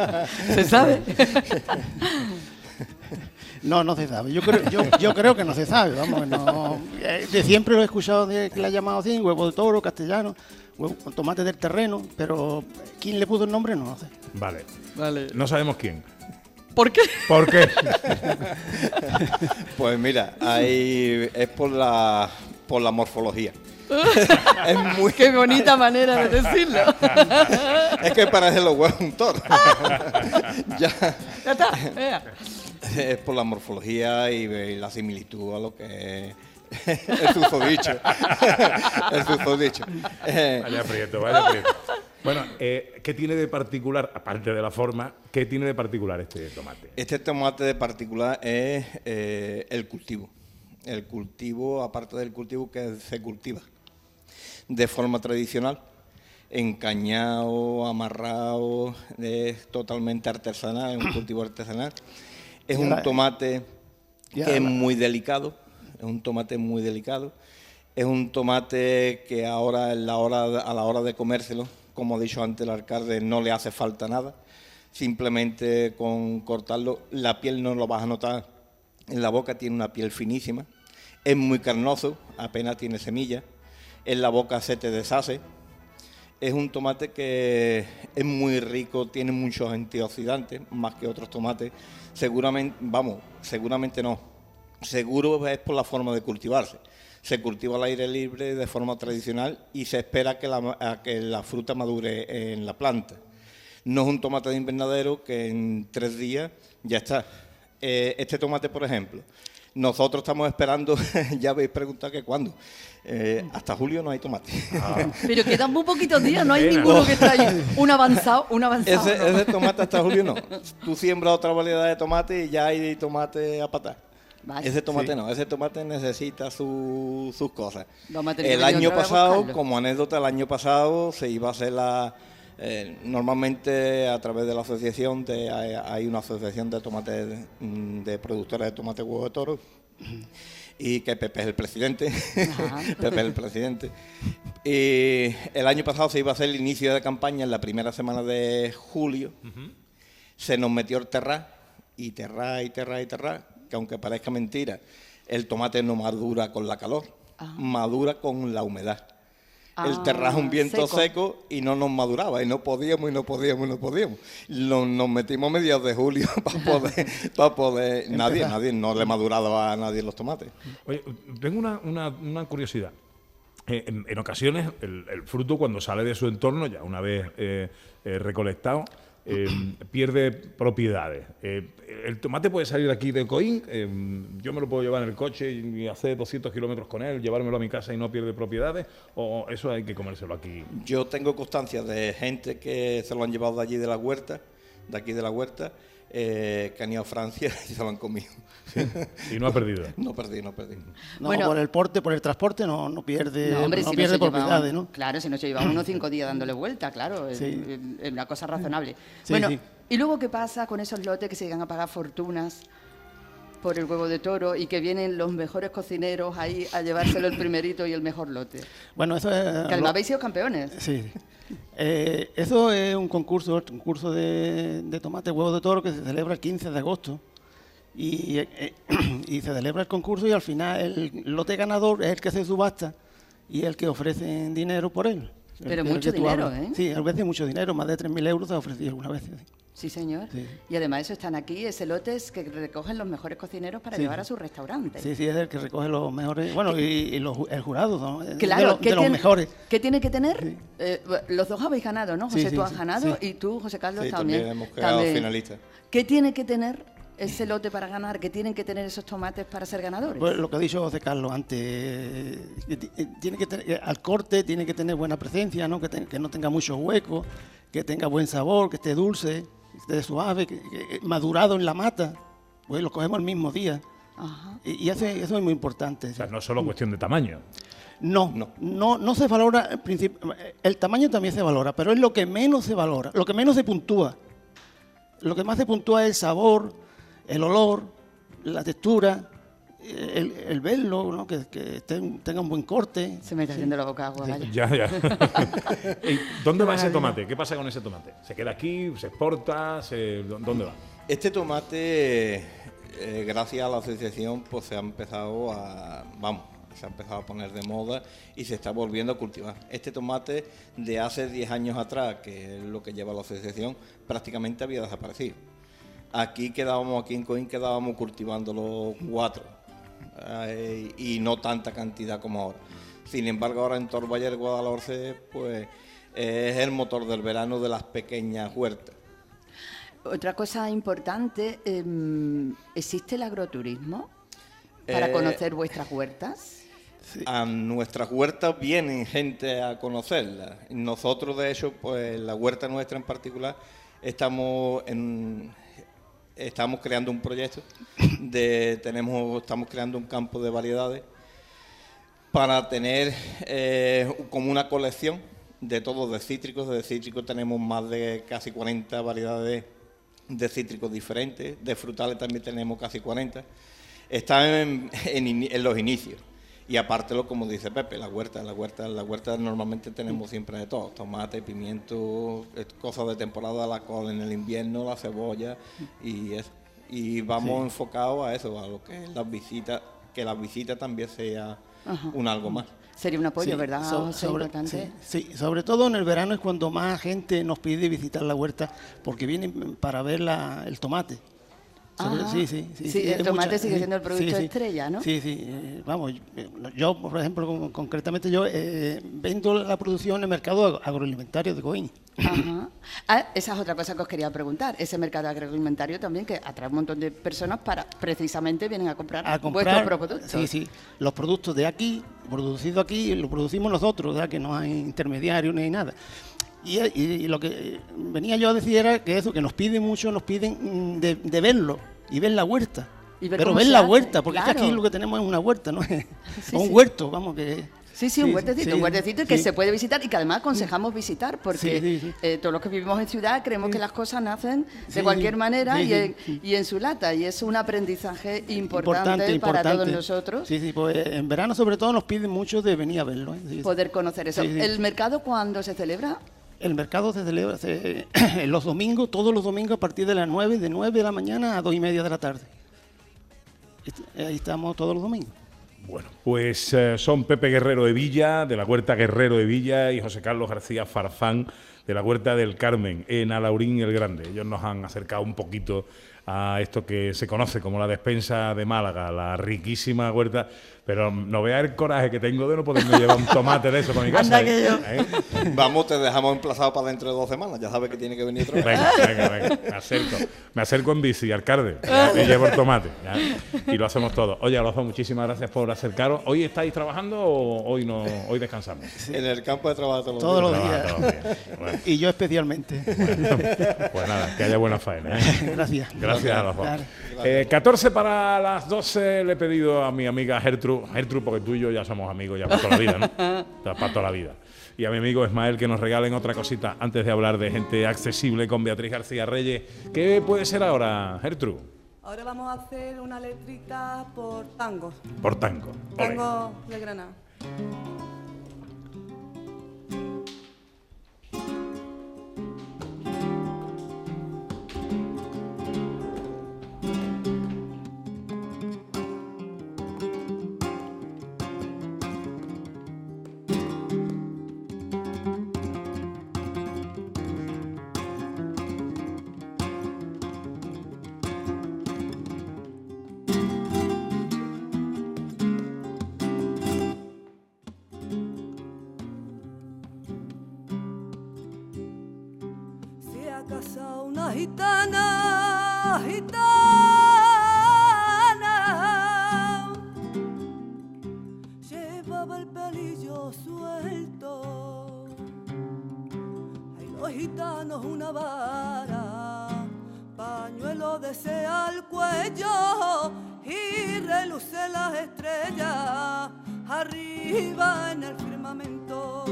¿Se sabe? No, no se sabe. Yo creo, yo, yo creo que no se sabe. Vamos, no. De siempre lo he escuchado de que le ha llamado así, huevo de toro, castellano, huevo, tomate del terreno, pero quién le puso el nombre no lo sé. Vale. Vale. No sabemos quién. ¿Por qué? ¿Por qué? Pues mira, ahí es por la por la morfología. Es muy... Qué bonita manera de decirlo. Es que parece los huevos un toro. ya. Ya está. Vea. Es por la morfología y, y la similitud a lo que es el susodicho. el susodicho. Vaya prieto, vaya prieto. Bueno, eh, ¿qué tiene de particular, aparte de la forma, qué tiene de particular este tomate? Este tomate de particular es eh, el cultivo. El cultivo, aparte del cultivo que se cultiva de forma tradicional, encañado, amarrado, es totalmente artesanal, es un cultivo artesanal. Es un tomate que es muy delicado, es un tomate muy delicado. Es un tomate que ahora, en la hora, a la hora de comérselo, como ha dicho antes el alcalde, no le hace falta nada. Simplemente con cortarlo, la piel no lo vas a notar. En la boca tiene una piel finísima. Es muy carnoso, apenas tiene semilla. En la boca se te deshace. Es un tomate que es muy rico, tiene muchos antioxidantes, más que otros tomates. Seguramente, vamos, seguramente no. Seguro es por la forma de cultivarse. Se cultiva al aire libre de forma tradicional y se espera que la, a que la fruta madure en la planta. No es un tomate de invernadero que en tres días ya está. Eh, este tomate, por ejemplo, nosotros estamos esperando, ya habéis preguntado que cuándo. Eh, hasta julio no hay tomate. Ah. Pero quedan muy poquitos días, no hay ninguno que trae un avanzado, un avanzado. Ese, ese tomate hasta julio no. Tú siembras otra variedad de tomate y ya hay tomate a patar. Vaya. Ese tomate Sí. no, ese tomate necesita su- sus cosas. Vamos a tener El que venir año otra vez a pasado, buscarlo. como anécdota, el año pasado se iba a hacer la... eh, normalmente a través de la asociación, de, hay, hay una asociación de tomates, de, de productores de tomate huevo de toro, y que Pepe es el presidente. Pepe es el presidente. Y el año pasado se iba a hacer el inicio de campaña en la primera semana de julio. Se nos metió el terrá, y terrá, y terrá, y terrá, que aunque parezca mentira, el tomate no madura con la calor, madura con la humedad. el Ah, terrá es un viento seco. seco. y no nos maduraba, y no podíamos, y no podíamos, y no podíamos. Lo- nos metimos a mediados de julio para poder, para poder, nadie, Empezar. nadie, no le maduraba a nadie los tomates. Oye, tengo una, una- una curiosidad. Eh, en, en ocasiones, el, el fruto, cuando sale de su entorno, ya una vez eh, eh, recolectado, eh, pierde propiedades. Eh, el tomate puede salir de aquí de Coín, eh, yo me lo puedo llevar en el coche y hacer doscientos kilómetros con él, llevármelo a mi casa y no pierde propiedades, o eso hay que comérselo aquí. Yo tengo constancia de gente que se lo han llevado de allí de la huerta, de aquí de la huerta, eh, que han ido a Francia y se lo han comido. Y no ha perdido. No perdí, no perdí. No, Bueno. por el porte, por el transporte no, no pierde, No, hombre, no si pierde no se lleva propiedades, un- ¿no? Claro, si no se lleva unos cinco días dándole vuelta, claro, es, Sí. es- es una cosa razonable. Sí, bueno, sí. ¿y luego qué pasa con esos lotes que se llegan a pagar fortunas por el huevo de toro y que vienen los mejores cocineros ahí a llevárselo el primerito y el mejor lote? Bueno, eso es... Que además habéis sido campeones. Sí. Eh, eso es un concurso, el concurso de, de tomate huevo de toro que se celebra el quince de agosto. Y, eh, y se celebra el concurso y al final el lote ganador es el que se subasta y el que ofrece dinero por él. El- Pero el mucho que tú dinero, hablas. ¿eh? Sí, a veces mucho dinero, más de tres mil euros se ha ofrecido alguna vez. sí. Sí, señor. Sí. Y además eso están aquí, ese lote es que recogen los mejores cocineros para Sí. llevar a su restaurante. Sí, sí, es el que recoge los mejores. Bueno, y, y los, el jurado, ¿no? Es Claro, de, los- ¿qué de los tiene- mejores. ¿Qué tiene que tener? Eh, los dos habéis ganado, ¿no? Sí, José, sí, tú has sí, ganado sí. y tú, José Carlos, Sí, también. también hemos quedado también. finalistas. ¿Qué tiene que tener ese lote para ganar? ¿Qué tienen que tener esos tomates para ser ganadores? Pues lo que ha dicho José Carlos antes, eh, que ti- eh, tiene que tener, eh, al corte tiene que tener buena presencia, ¿no? Que, te- que no tenga muchos huecos, que tenga buen sabor, que esté dulce, que esté suave, que, que- madurado en la mata, pues lo cogemos el mismo día. Ajá. Y, y eso, eso es muy importante. O sea, no es solo cuestión de tamaño. No, no, no, se valora, en principio, el tamaño también se valora, pero es lo que menos se valora, lo que menos se puntúa. Lo que más se puntúa es el sabor, el olor, la textura, el, el verlo, ¿no? que, que estén- tenga un buen corte. Se me está haciendo la boca agua, vaya. Ya, ya. ¿Y ¿Dónde va ese maravilla. tomate? ¿Qué pasa con ese tomate? ¿Se queda aquí? ¿Se exporta? Se- ¿dó- ¿Dónde va? Este tomate, eh, gracias a la asociación, pues se ha empezado a, vamos, se ha empezado a poner de moda y se está volviendo a cultivar. Este tomate de hace diez años atrás, que es lo que lleva la asociación, prácticamente había desaparecido. Aquí quedábamos, aquí en Coín quedábamos cultivando los cuatro eh, y no tanta cantidad como ahora. Sin embargo, ahora en todo el Valle del Guadalhorce, pues es el motor del verano de las pequeñas huertas. Otra cosa importante, em, ¿existe el agroturismo para Eh, conocer vuestras huertas? a nuestras huertas vienen gente a conocerlas. Nosotros, de hecho, pues la huerta nuestra en particular, estamos en, estamos creando un proyecto de tenemos estamos creando un campo de variedades para tener eh, como una colección de todos de cítricos. De cítricos tenemos más de casi cuarenta variedades de cítricos diferentes, de frutales también tenemos casi cuarenta. Están en, en, en los inicios. Y aparte, lo como dice Pepe, la huerta, la huerta, la huerta normalmente tenemos siempre de todo, tomate, pimiento, cosas de temporada, la col en el invierno, la cebolla y eso. Y vamos sí. enfocados a eso, a lo que es las visitas, que las visitas también sea Ajá. un algo más. Sería un apoyo, sí, ¿verdad? So, sobre, sí, sí, sobre todo en el verano es cuando más gente nos pide visitar la huerta, porque vienen para ver la, el tomate. Sobre, sí, sí, sí, sí, sí. El tomate mucha, sigue sí, siendo el producto sí, sí, estrella, ¿no? Sí, sí. Eh, vamos, yo, por ejemplo, con, concretamente yo eh, vendo la producción en el mercado agroalimentario de Coín. Ajá. Ah, esa es otra cosa que os quería preguntar. Ese mercado agroalimentario también que atrae un montón de personas para precisamente vienen a comprar, a comprar vuestros productos. Sí, sí. Los productos de aquí, producidos aquí, los producimos nosotros, ¿verdad? Que no hay intermediarios ni nada. Y, y, y lo que venía yo a decir era que eso, que nos piden mucho, nos piden de, de verlo y ver la huerta. Ver Pero ver la hace. huerta, porque claro. es que aquí lo que tenemos es una huerta, ¿no? Sí, un sí. huerto, vamos, que... Sí, sí, un sí, huertecito, sí, un huertecito que sí. se puede visitar y que además aconsejamos visitar, porque sí, sí, sí. Eh, todos los que vivimos en ciudad creemos sí. que las cosas nacen de sí, cualquier manera sí, y, en, sí. y en su lata, y es un aprendizaje importante, importante para importante. todos nosotros. Sí, sí, pues en verano sobre todo nos piden mucho de venir a verlo. ¿eh? Sí, poder conocer eso. Sí, sí. ¿El mercado cuándo se celebra? El mercado se celebra se, los domingos, todos los domingos a partir de las nueve, de nueve de la mañana a dos y media de la tarde. Ahí estamos todos los domingos. Bueno, pues eh, son Pepe Guerrero de Villa, de la Huerta Guerrero de Villa, y José Carlos García Farfán, de la Huerta del Carmen, en Alaurín el Grande. Ellos nos han acercado un poquito a esto que se conoce como la despensa de Málaga, la riquísima huerta, pero no vea el coraje que tengo de no poderme llevar un tomate de eso para mi casa. ¿eh? ¿Eh? Vamos, te dejamos emplazado para dentro de dos semanas, ya sabes que tiene que venir otra vez. Venga, venga, venga, me acerco, me acerco en bici, alcalde, me llevo el tomate, ya, y lo hacemos todo. Oye, a los dos, muchísimas gracias por acercaros. ¿Hoy estáis trabajando o hoy no, hoy descansamos? Sí. En el campo de trabajo todos, todos los días. días. Todos los días. Bueno. Y yo especialmente. Bueno, pues nada, que haya buena faena. ¿eh? Gracias. Gracias a los dos. Eh, catorce para las doce le he pedido a mi amiga Gertrude, Gertrude, porque tú y yo ya somos amigos ya para toda la vida, ¿no? Para toda la vida. Y a mi amigo Ismael que nos regalen otra cosita antes de hablar de gente accesible con Beatriz García Reyes. ¿Qué puede ser ahora, Gertrude? Ahora vamos a hacer una letrita por tango. Por tango. Tango de Granada. Gitana, gitana, llevaba el pelillo suelto. Hay los gitanos una vara, pañuelo desea al cuello y reluce las estrellas arriba en el firmamento.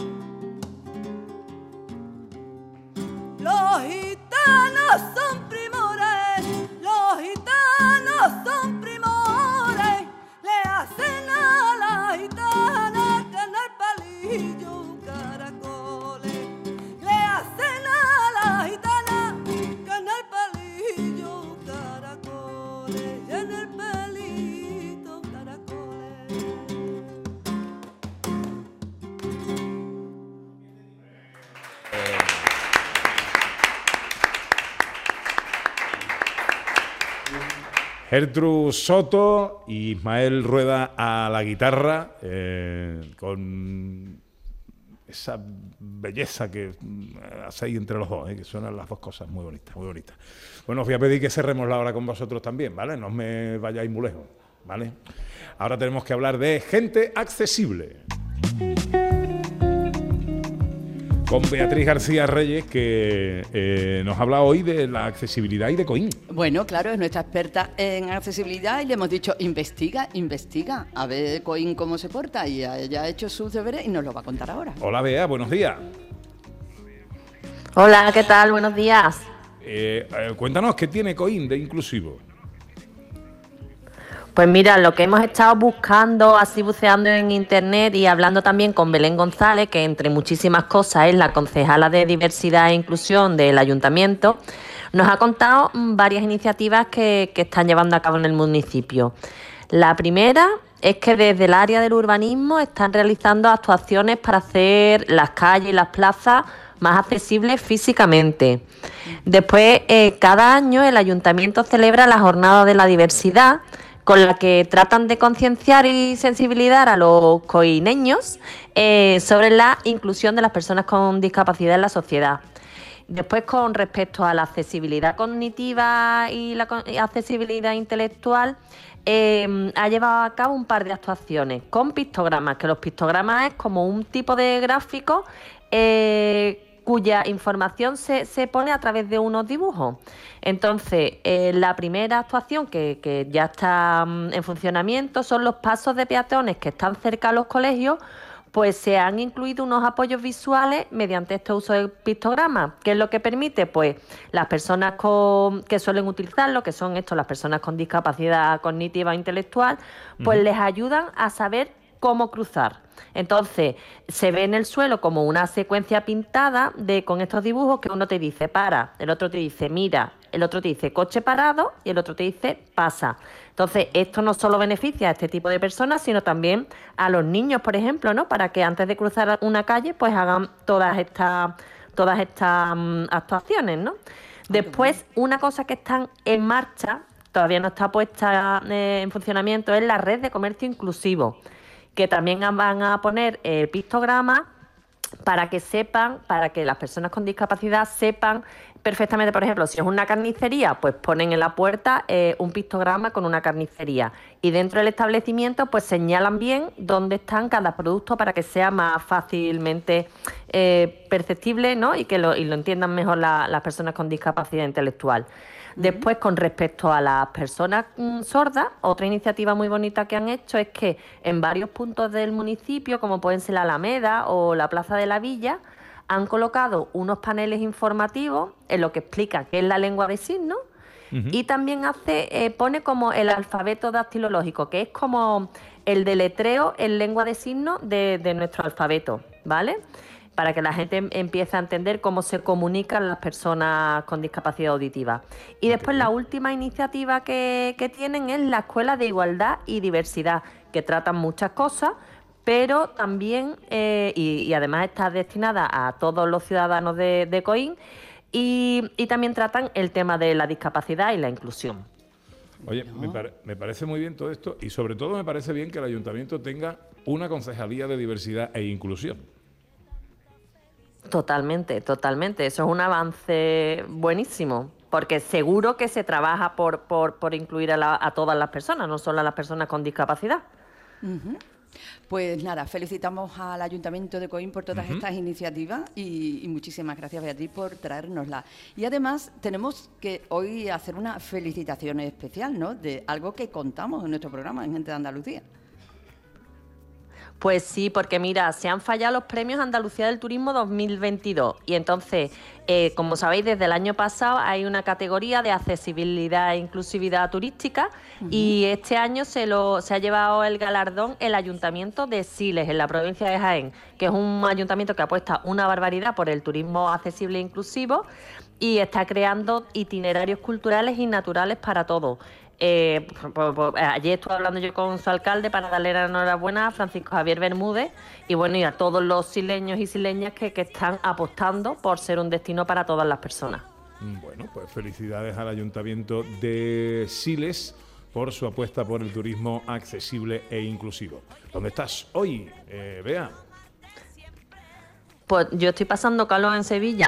Los gitanos son primores, los gitanos son primores, le hacen a la gitana que en el palillo caracoles, le hacen a la gitana que en el palillo caracoles, y en el pelito caracoles. Gertrude Soto y Ismael Rueda a la guitarra, eh, con esa belleza que hacéis entre los dos, eh, que suenan las dos cosas muy bonitas, muy bonitas. Bueno, os voy a pedir que cerremos la hora con vosotros también, ¿vale? No os me vayáis muy lejos. ¿vale? Ahora tenemos que hablar de gente accesible. Con Beatriz García Reyes, que eh, nos habla hoy de la accesibilidad y de Coín. Bueno, claro, es nuestra experta en accesibilidad y le hemos dicho, investiga, investiga, a ver Coín cómo se porta, y ella ha hecho sus deberes y nos lo va a contar ahora. Hola, Bea, buenos días. Hola, ¿qué tal? Buenos días. Eh, eh, cuéntanos, ¿qué tiene Coín de inclusivo? Pues mira, lo que hemos estado buscando, así buceando en internet y hablando también con Belén González, que entre muchísimas cosas es la concejala de Diversidad e Inclusión del Ayuntamiento, nos ha contado varias iniciativas que, que están llevando a cabo en el municipio. La primera es que desde el área del urbanismo están realizando actuaciones para hacer las calles y las plazas más accesibles físicamente. Después, eh, cada año el Ayuntamiento celebra la Jornada de la Diversidad, con la que tratan de concienciar y sensibilizar a los coineños eh, sobre la inclusión de las personas con discapacidad en la sociedad. Después, con respecto a la accesibilidad cognitiva y la accesibilidad intelectual, eh, ha llevado a cabo un par de actuaciones con pictogramas, que los pictogramas es como un tipo de gráfico eh, cuya información se, se pone a través de unos dibujos. Entonces, eh, la primera actuación que, que ya está um, en funcionamiento son los pasos de peatones que están cerca a los colegios, pues se han incluido unos apoyos visuales mediante este uso de pictogramas. ¿Qué es lo que permite? Pues las personas con, que suelen utilizarlo, que son estos, las personas con discapacidad cognitiva e intelectual, pues uh-huh. les ayudan a saber cómo cruzar. Entonces, se ve en el suelo como una secuencia pintada de con estos dibujos que uno te dice para, el otro te dice mira, el otro te dice coche parado y el otro te dice pasa. Entonces, esto no solo beneficia a este tipo de personas, sino también a los niños, por ejemplo, ¿no? Para que antes de cruzar una calle, pues hagan todas estas todas estas um, actuaciones, ¿no? Después, una cosa que están en marcha, todavía no está puesta eh, en funcionamiento, es la red de comercio inclusivo, que también van a poner eh, pictogramas para que sepan, para que las personas con discapacidad sepan perfectamente, por ejemplo, si es una carnicería, pues ponen en la puerta eh, un pictograma con una carnicería, y dentro del establecimiento pues señalan bien dónde están cada producto para que sea más fácilmente eh, perceptible, ¿no? y que lo, y lo entiendan mejor la, las personas con discapacidad intelectual. Después, con respecto a las personas mmm, sordas, otra iniciativa muy bonita que han hecho es que en varios puntos del municipio, como pueden ser la Alameda o la Plaza de la Villa, han colocado unos paneles informativos en lo que explica qué es la lengua de signos. Uh-huh. Y también hace eh, pone como el alfabeto dactilológico, que es como el deletreo en lengua de signos de, de nuestro alfabeto, ¿vale? Para que la gente empiece a entender cómo se comunican las personas con discapacidad auditiva. Y después la última iniciativa que, que tienen es la Escuela de Igualdad y Diversidad, que tratan muchas cosas, pero también, eh, y, y además está destinada a todos los ciudadanos de, de Coín, y, y también tratan el tema de la discapacidad y la inclusión. Oye, no. me, pare, me parece muy bien todo esto, y sobre todo me parece bien que el Ayuntamiento tenga una concejalía de diversidad e inclusión. Totalmente, totalmente. Eso es un avance buenísimo, porque seguro que se trabaja por, por, por incluir a, la, a todas las personas, no solo a las personas con discapacidad. Uh-huh. Pues nada, felicitamos al Ayuntamiento de Coín por todas uh-huh. estas iniciativas y, y muchísimas gracias, Beatriz, por traérnoslas. Y además tenemos que hoy hacer una felicitación especial, ¿no?, de algo que contamos en nuestro programa en Gente de Andalucía. Pues sí, porque mira, se han fallado los premios Andalucía del Turismo dos mil veintidós y entonces, eh, como sabéis, desde el año pasado hay una categoría de accesibilidad e inclusividad turística uh-huh. y este año se, lo, se ha llevado el galardón el Ayuntamiento de Siles, en la provincia de Jaén, que es un ayuntamiento que apuesta una barbaridad por el turismo accesible e inclusivo y está creando itinerarios culturales y naturales para todos. Eh, pues, pues, ayer estuve hablando yo con su alcalde para darle la enhorabuena a Francisco Javier Bermúdez y bueno, y a todos los sileños y sileñas que, que están apostando por ser un destino para todas las personas. Bueno, pues felicidades al Ayuntamiento de Siles por su apuesta por el turismo accesible e inclusivo. ¿Dónde estás hoy, eh, Bea? Pues yo estoy pasando calor en Sevilla.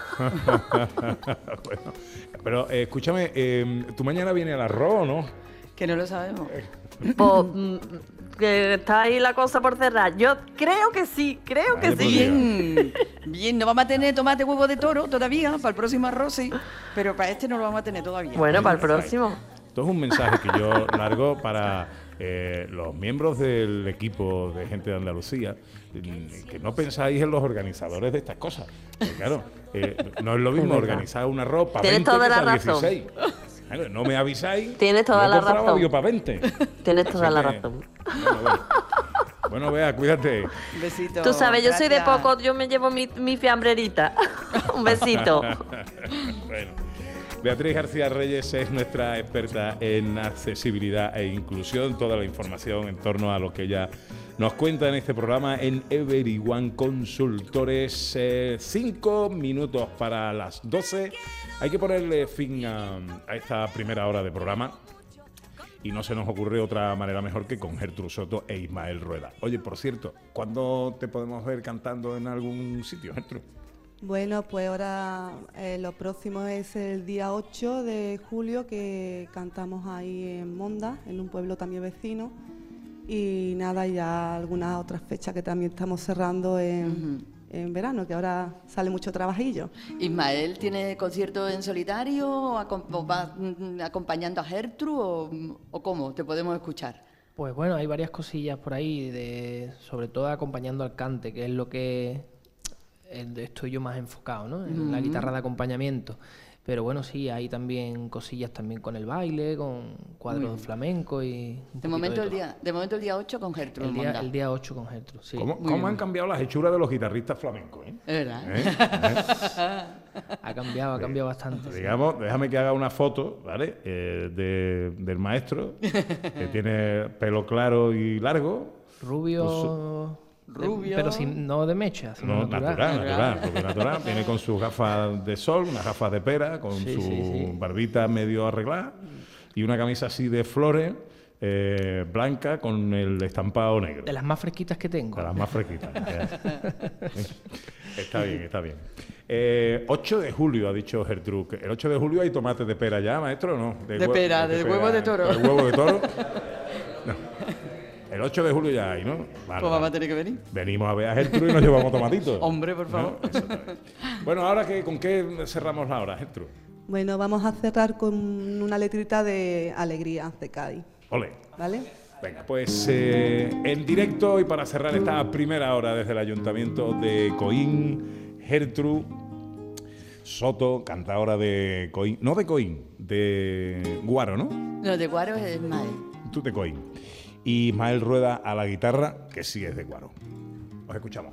Bueno, pero eh, escúchame, eh, tú mañana viene al arroz, ¿no? Que no lo sabemos. Pues, mm, que está ahí la cosa por cerrar. Yo creo que sí, creo que Vale, sí. Bien, bien, no vamos a tener tomate huevo de toro todavía, para el próximo arroz sí, pero para este no lo vamos a tener todavía. Bueno, para el próximo. Esto es un mensaje que yo largo para eh, los miembros del equipo de Gente de Andalucía, que no pensáis en los organizadores de estas cosas. Porque, claro, eh, no es lo mismo Es verdad. organizar una ropa Tienes veinte toda que la para razón. dieciséis. Claro, no me avisáis. Tienes toda yo la compraba razón. bio para veinte. Tienes toda Así la que, razón. Bueno, bueno. Bueno, Bea, cuídate. Un besito. Tú sabes, yo soy de gracias. poco, yo me llevo mi, mi fiambrerita. Un besito. Bueno, Beatriz García Reyes es nuestra experta en accesibilidad e inclusión. Toda la información en torno a lo que ella nos cuenta en este programa en Everyone Consultores. Eh, cinco minutos para las doce. Hay que ponerle fin a, a esta primera hora de programa. Y no se nos ocurre otra manera mejor que con Gertrude Soto e Ismael Rueda. Oye, por cierto, ¿cuándo te podemos ver cantando en algún sitio, Gertrude? Bueno, pues ahora eh, lo próximo es el día ocho de julio, que cantamos ahí en Monda, en un pueblo también vecino. Y nada, ya algunas otras fechas que también estamos cerrando en, en verano, que ahora sale mucho trabajillo. Ismael, ¿tiene concierto en solitario o, acom- o va mm, acompañando a Gertrude o, o cómo te podemos escuchar? Pues bueno, hay varias cosillas por ahí, de, sobre todo acompañando al cante, que es lo que eh, estoy yo más enfocado, ¿no? En la Ujú. guitarra de acompañamiento. Pero bueno, sí, hay también cosillas también con el baile, con cuadros Muy bien. flamenco y... un De poquito momento, de el todo. día, de momento el día ocho con Gertrude. El en día, Monda. el día ocho con Gertrude, sí. ¿Cómo, Muy cómo bien. han cambiado las hechuras de los guitarristas flamencos? ¿eh? Es verdad. ¿Eh? Ha cambiado, ha cambiado bastante. sí. Digamos, déjame que haga una foto, ¿vale? Eh, de- del maestro, que tiene pelo claro y largo. Rubio... de- Rubio. pero sin, no de mecha, sino No, natural. natural, natural, rubio natural. Viene con sus gafas de sol, unas gafas de pera, con Sí, su sí, sí. barbita medio arreglada y una camisa así de flores, eh, blanca, con el estampado negro. De las más fresquitas que tengo. De las más fresquitas. Está bien, está bien. Eh, ocho de julio, ha dicho Gertrude. ¿El ocho de julio hay tomates de pera ya, maestro, o no? De hue- pera, de huevo de toro. ¿De huevo de toro? No. El ocho de julio ya hay, ¿no? Vale, Pues vamos vale. a tener que venir. Venimos a ver a Gertrude y nos llevamos tomatitos. Hombre, por favor. ¿No? Exactamente. Bueno, ahora que, ¿con qué cerramos la hora, Gertrude? Bueno, vamos a cerrar con una letrita de Alegría de Cádiz, Ole. ¿vale? Venga, pues eh, en directo y para cerrar esta primera hora desde el Ayuntamiento de Coín, Gertrude Soto, cantadora de Coín, no de Coín, de Guaro, ¿no? No, de Guaro es Ismael. Tú de Coín. Y Ismael Rueda a la guitarra, que sí es de Guaro. Os escuchamos.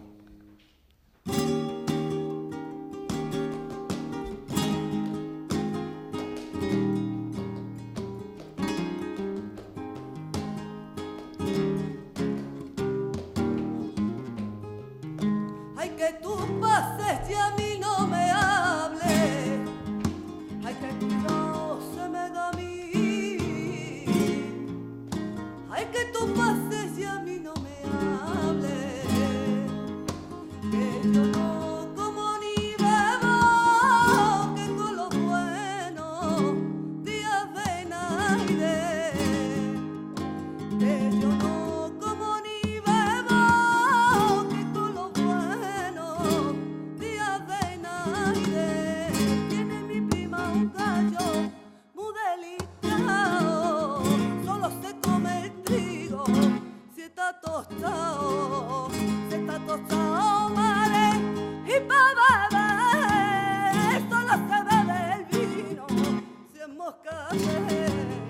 Ay, que tú pases y a mí no me hables. Ay, que cuidado se me da a mí. Ay, que tú pases y a mí no me hables. Que yo no como ni bebo, que con lo bueno días de naide. Que yo no como ni bebo, que con lo bueno días de naide. Tiene mi prima un gallo muy delicado, solo se come el trigo si está tostado, si está tostado mare y pa' beber solo se bebe el vino si es moscatel.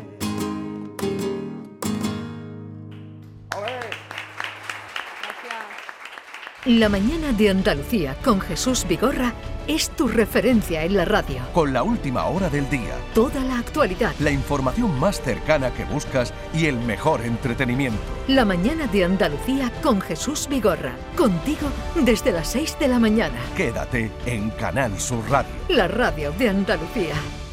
La mañana de Andalucía con Jesús Vigorra es tu referencia en la radio. Con la última hora del día, Toda la actualidad. la información más cercana que buscas y el mejor entretenimiento. La mañana de Andalucía con Jesús Vigorra. Contigo desde las seis de la mañana. Quédate en Canal Sur Radio. La radio de Andalucía.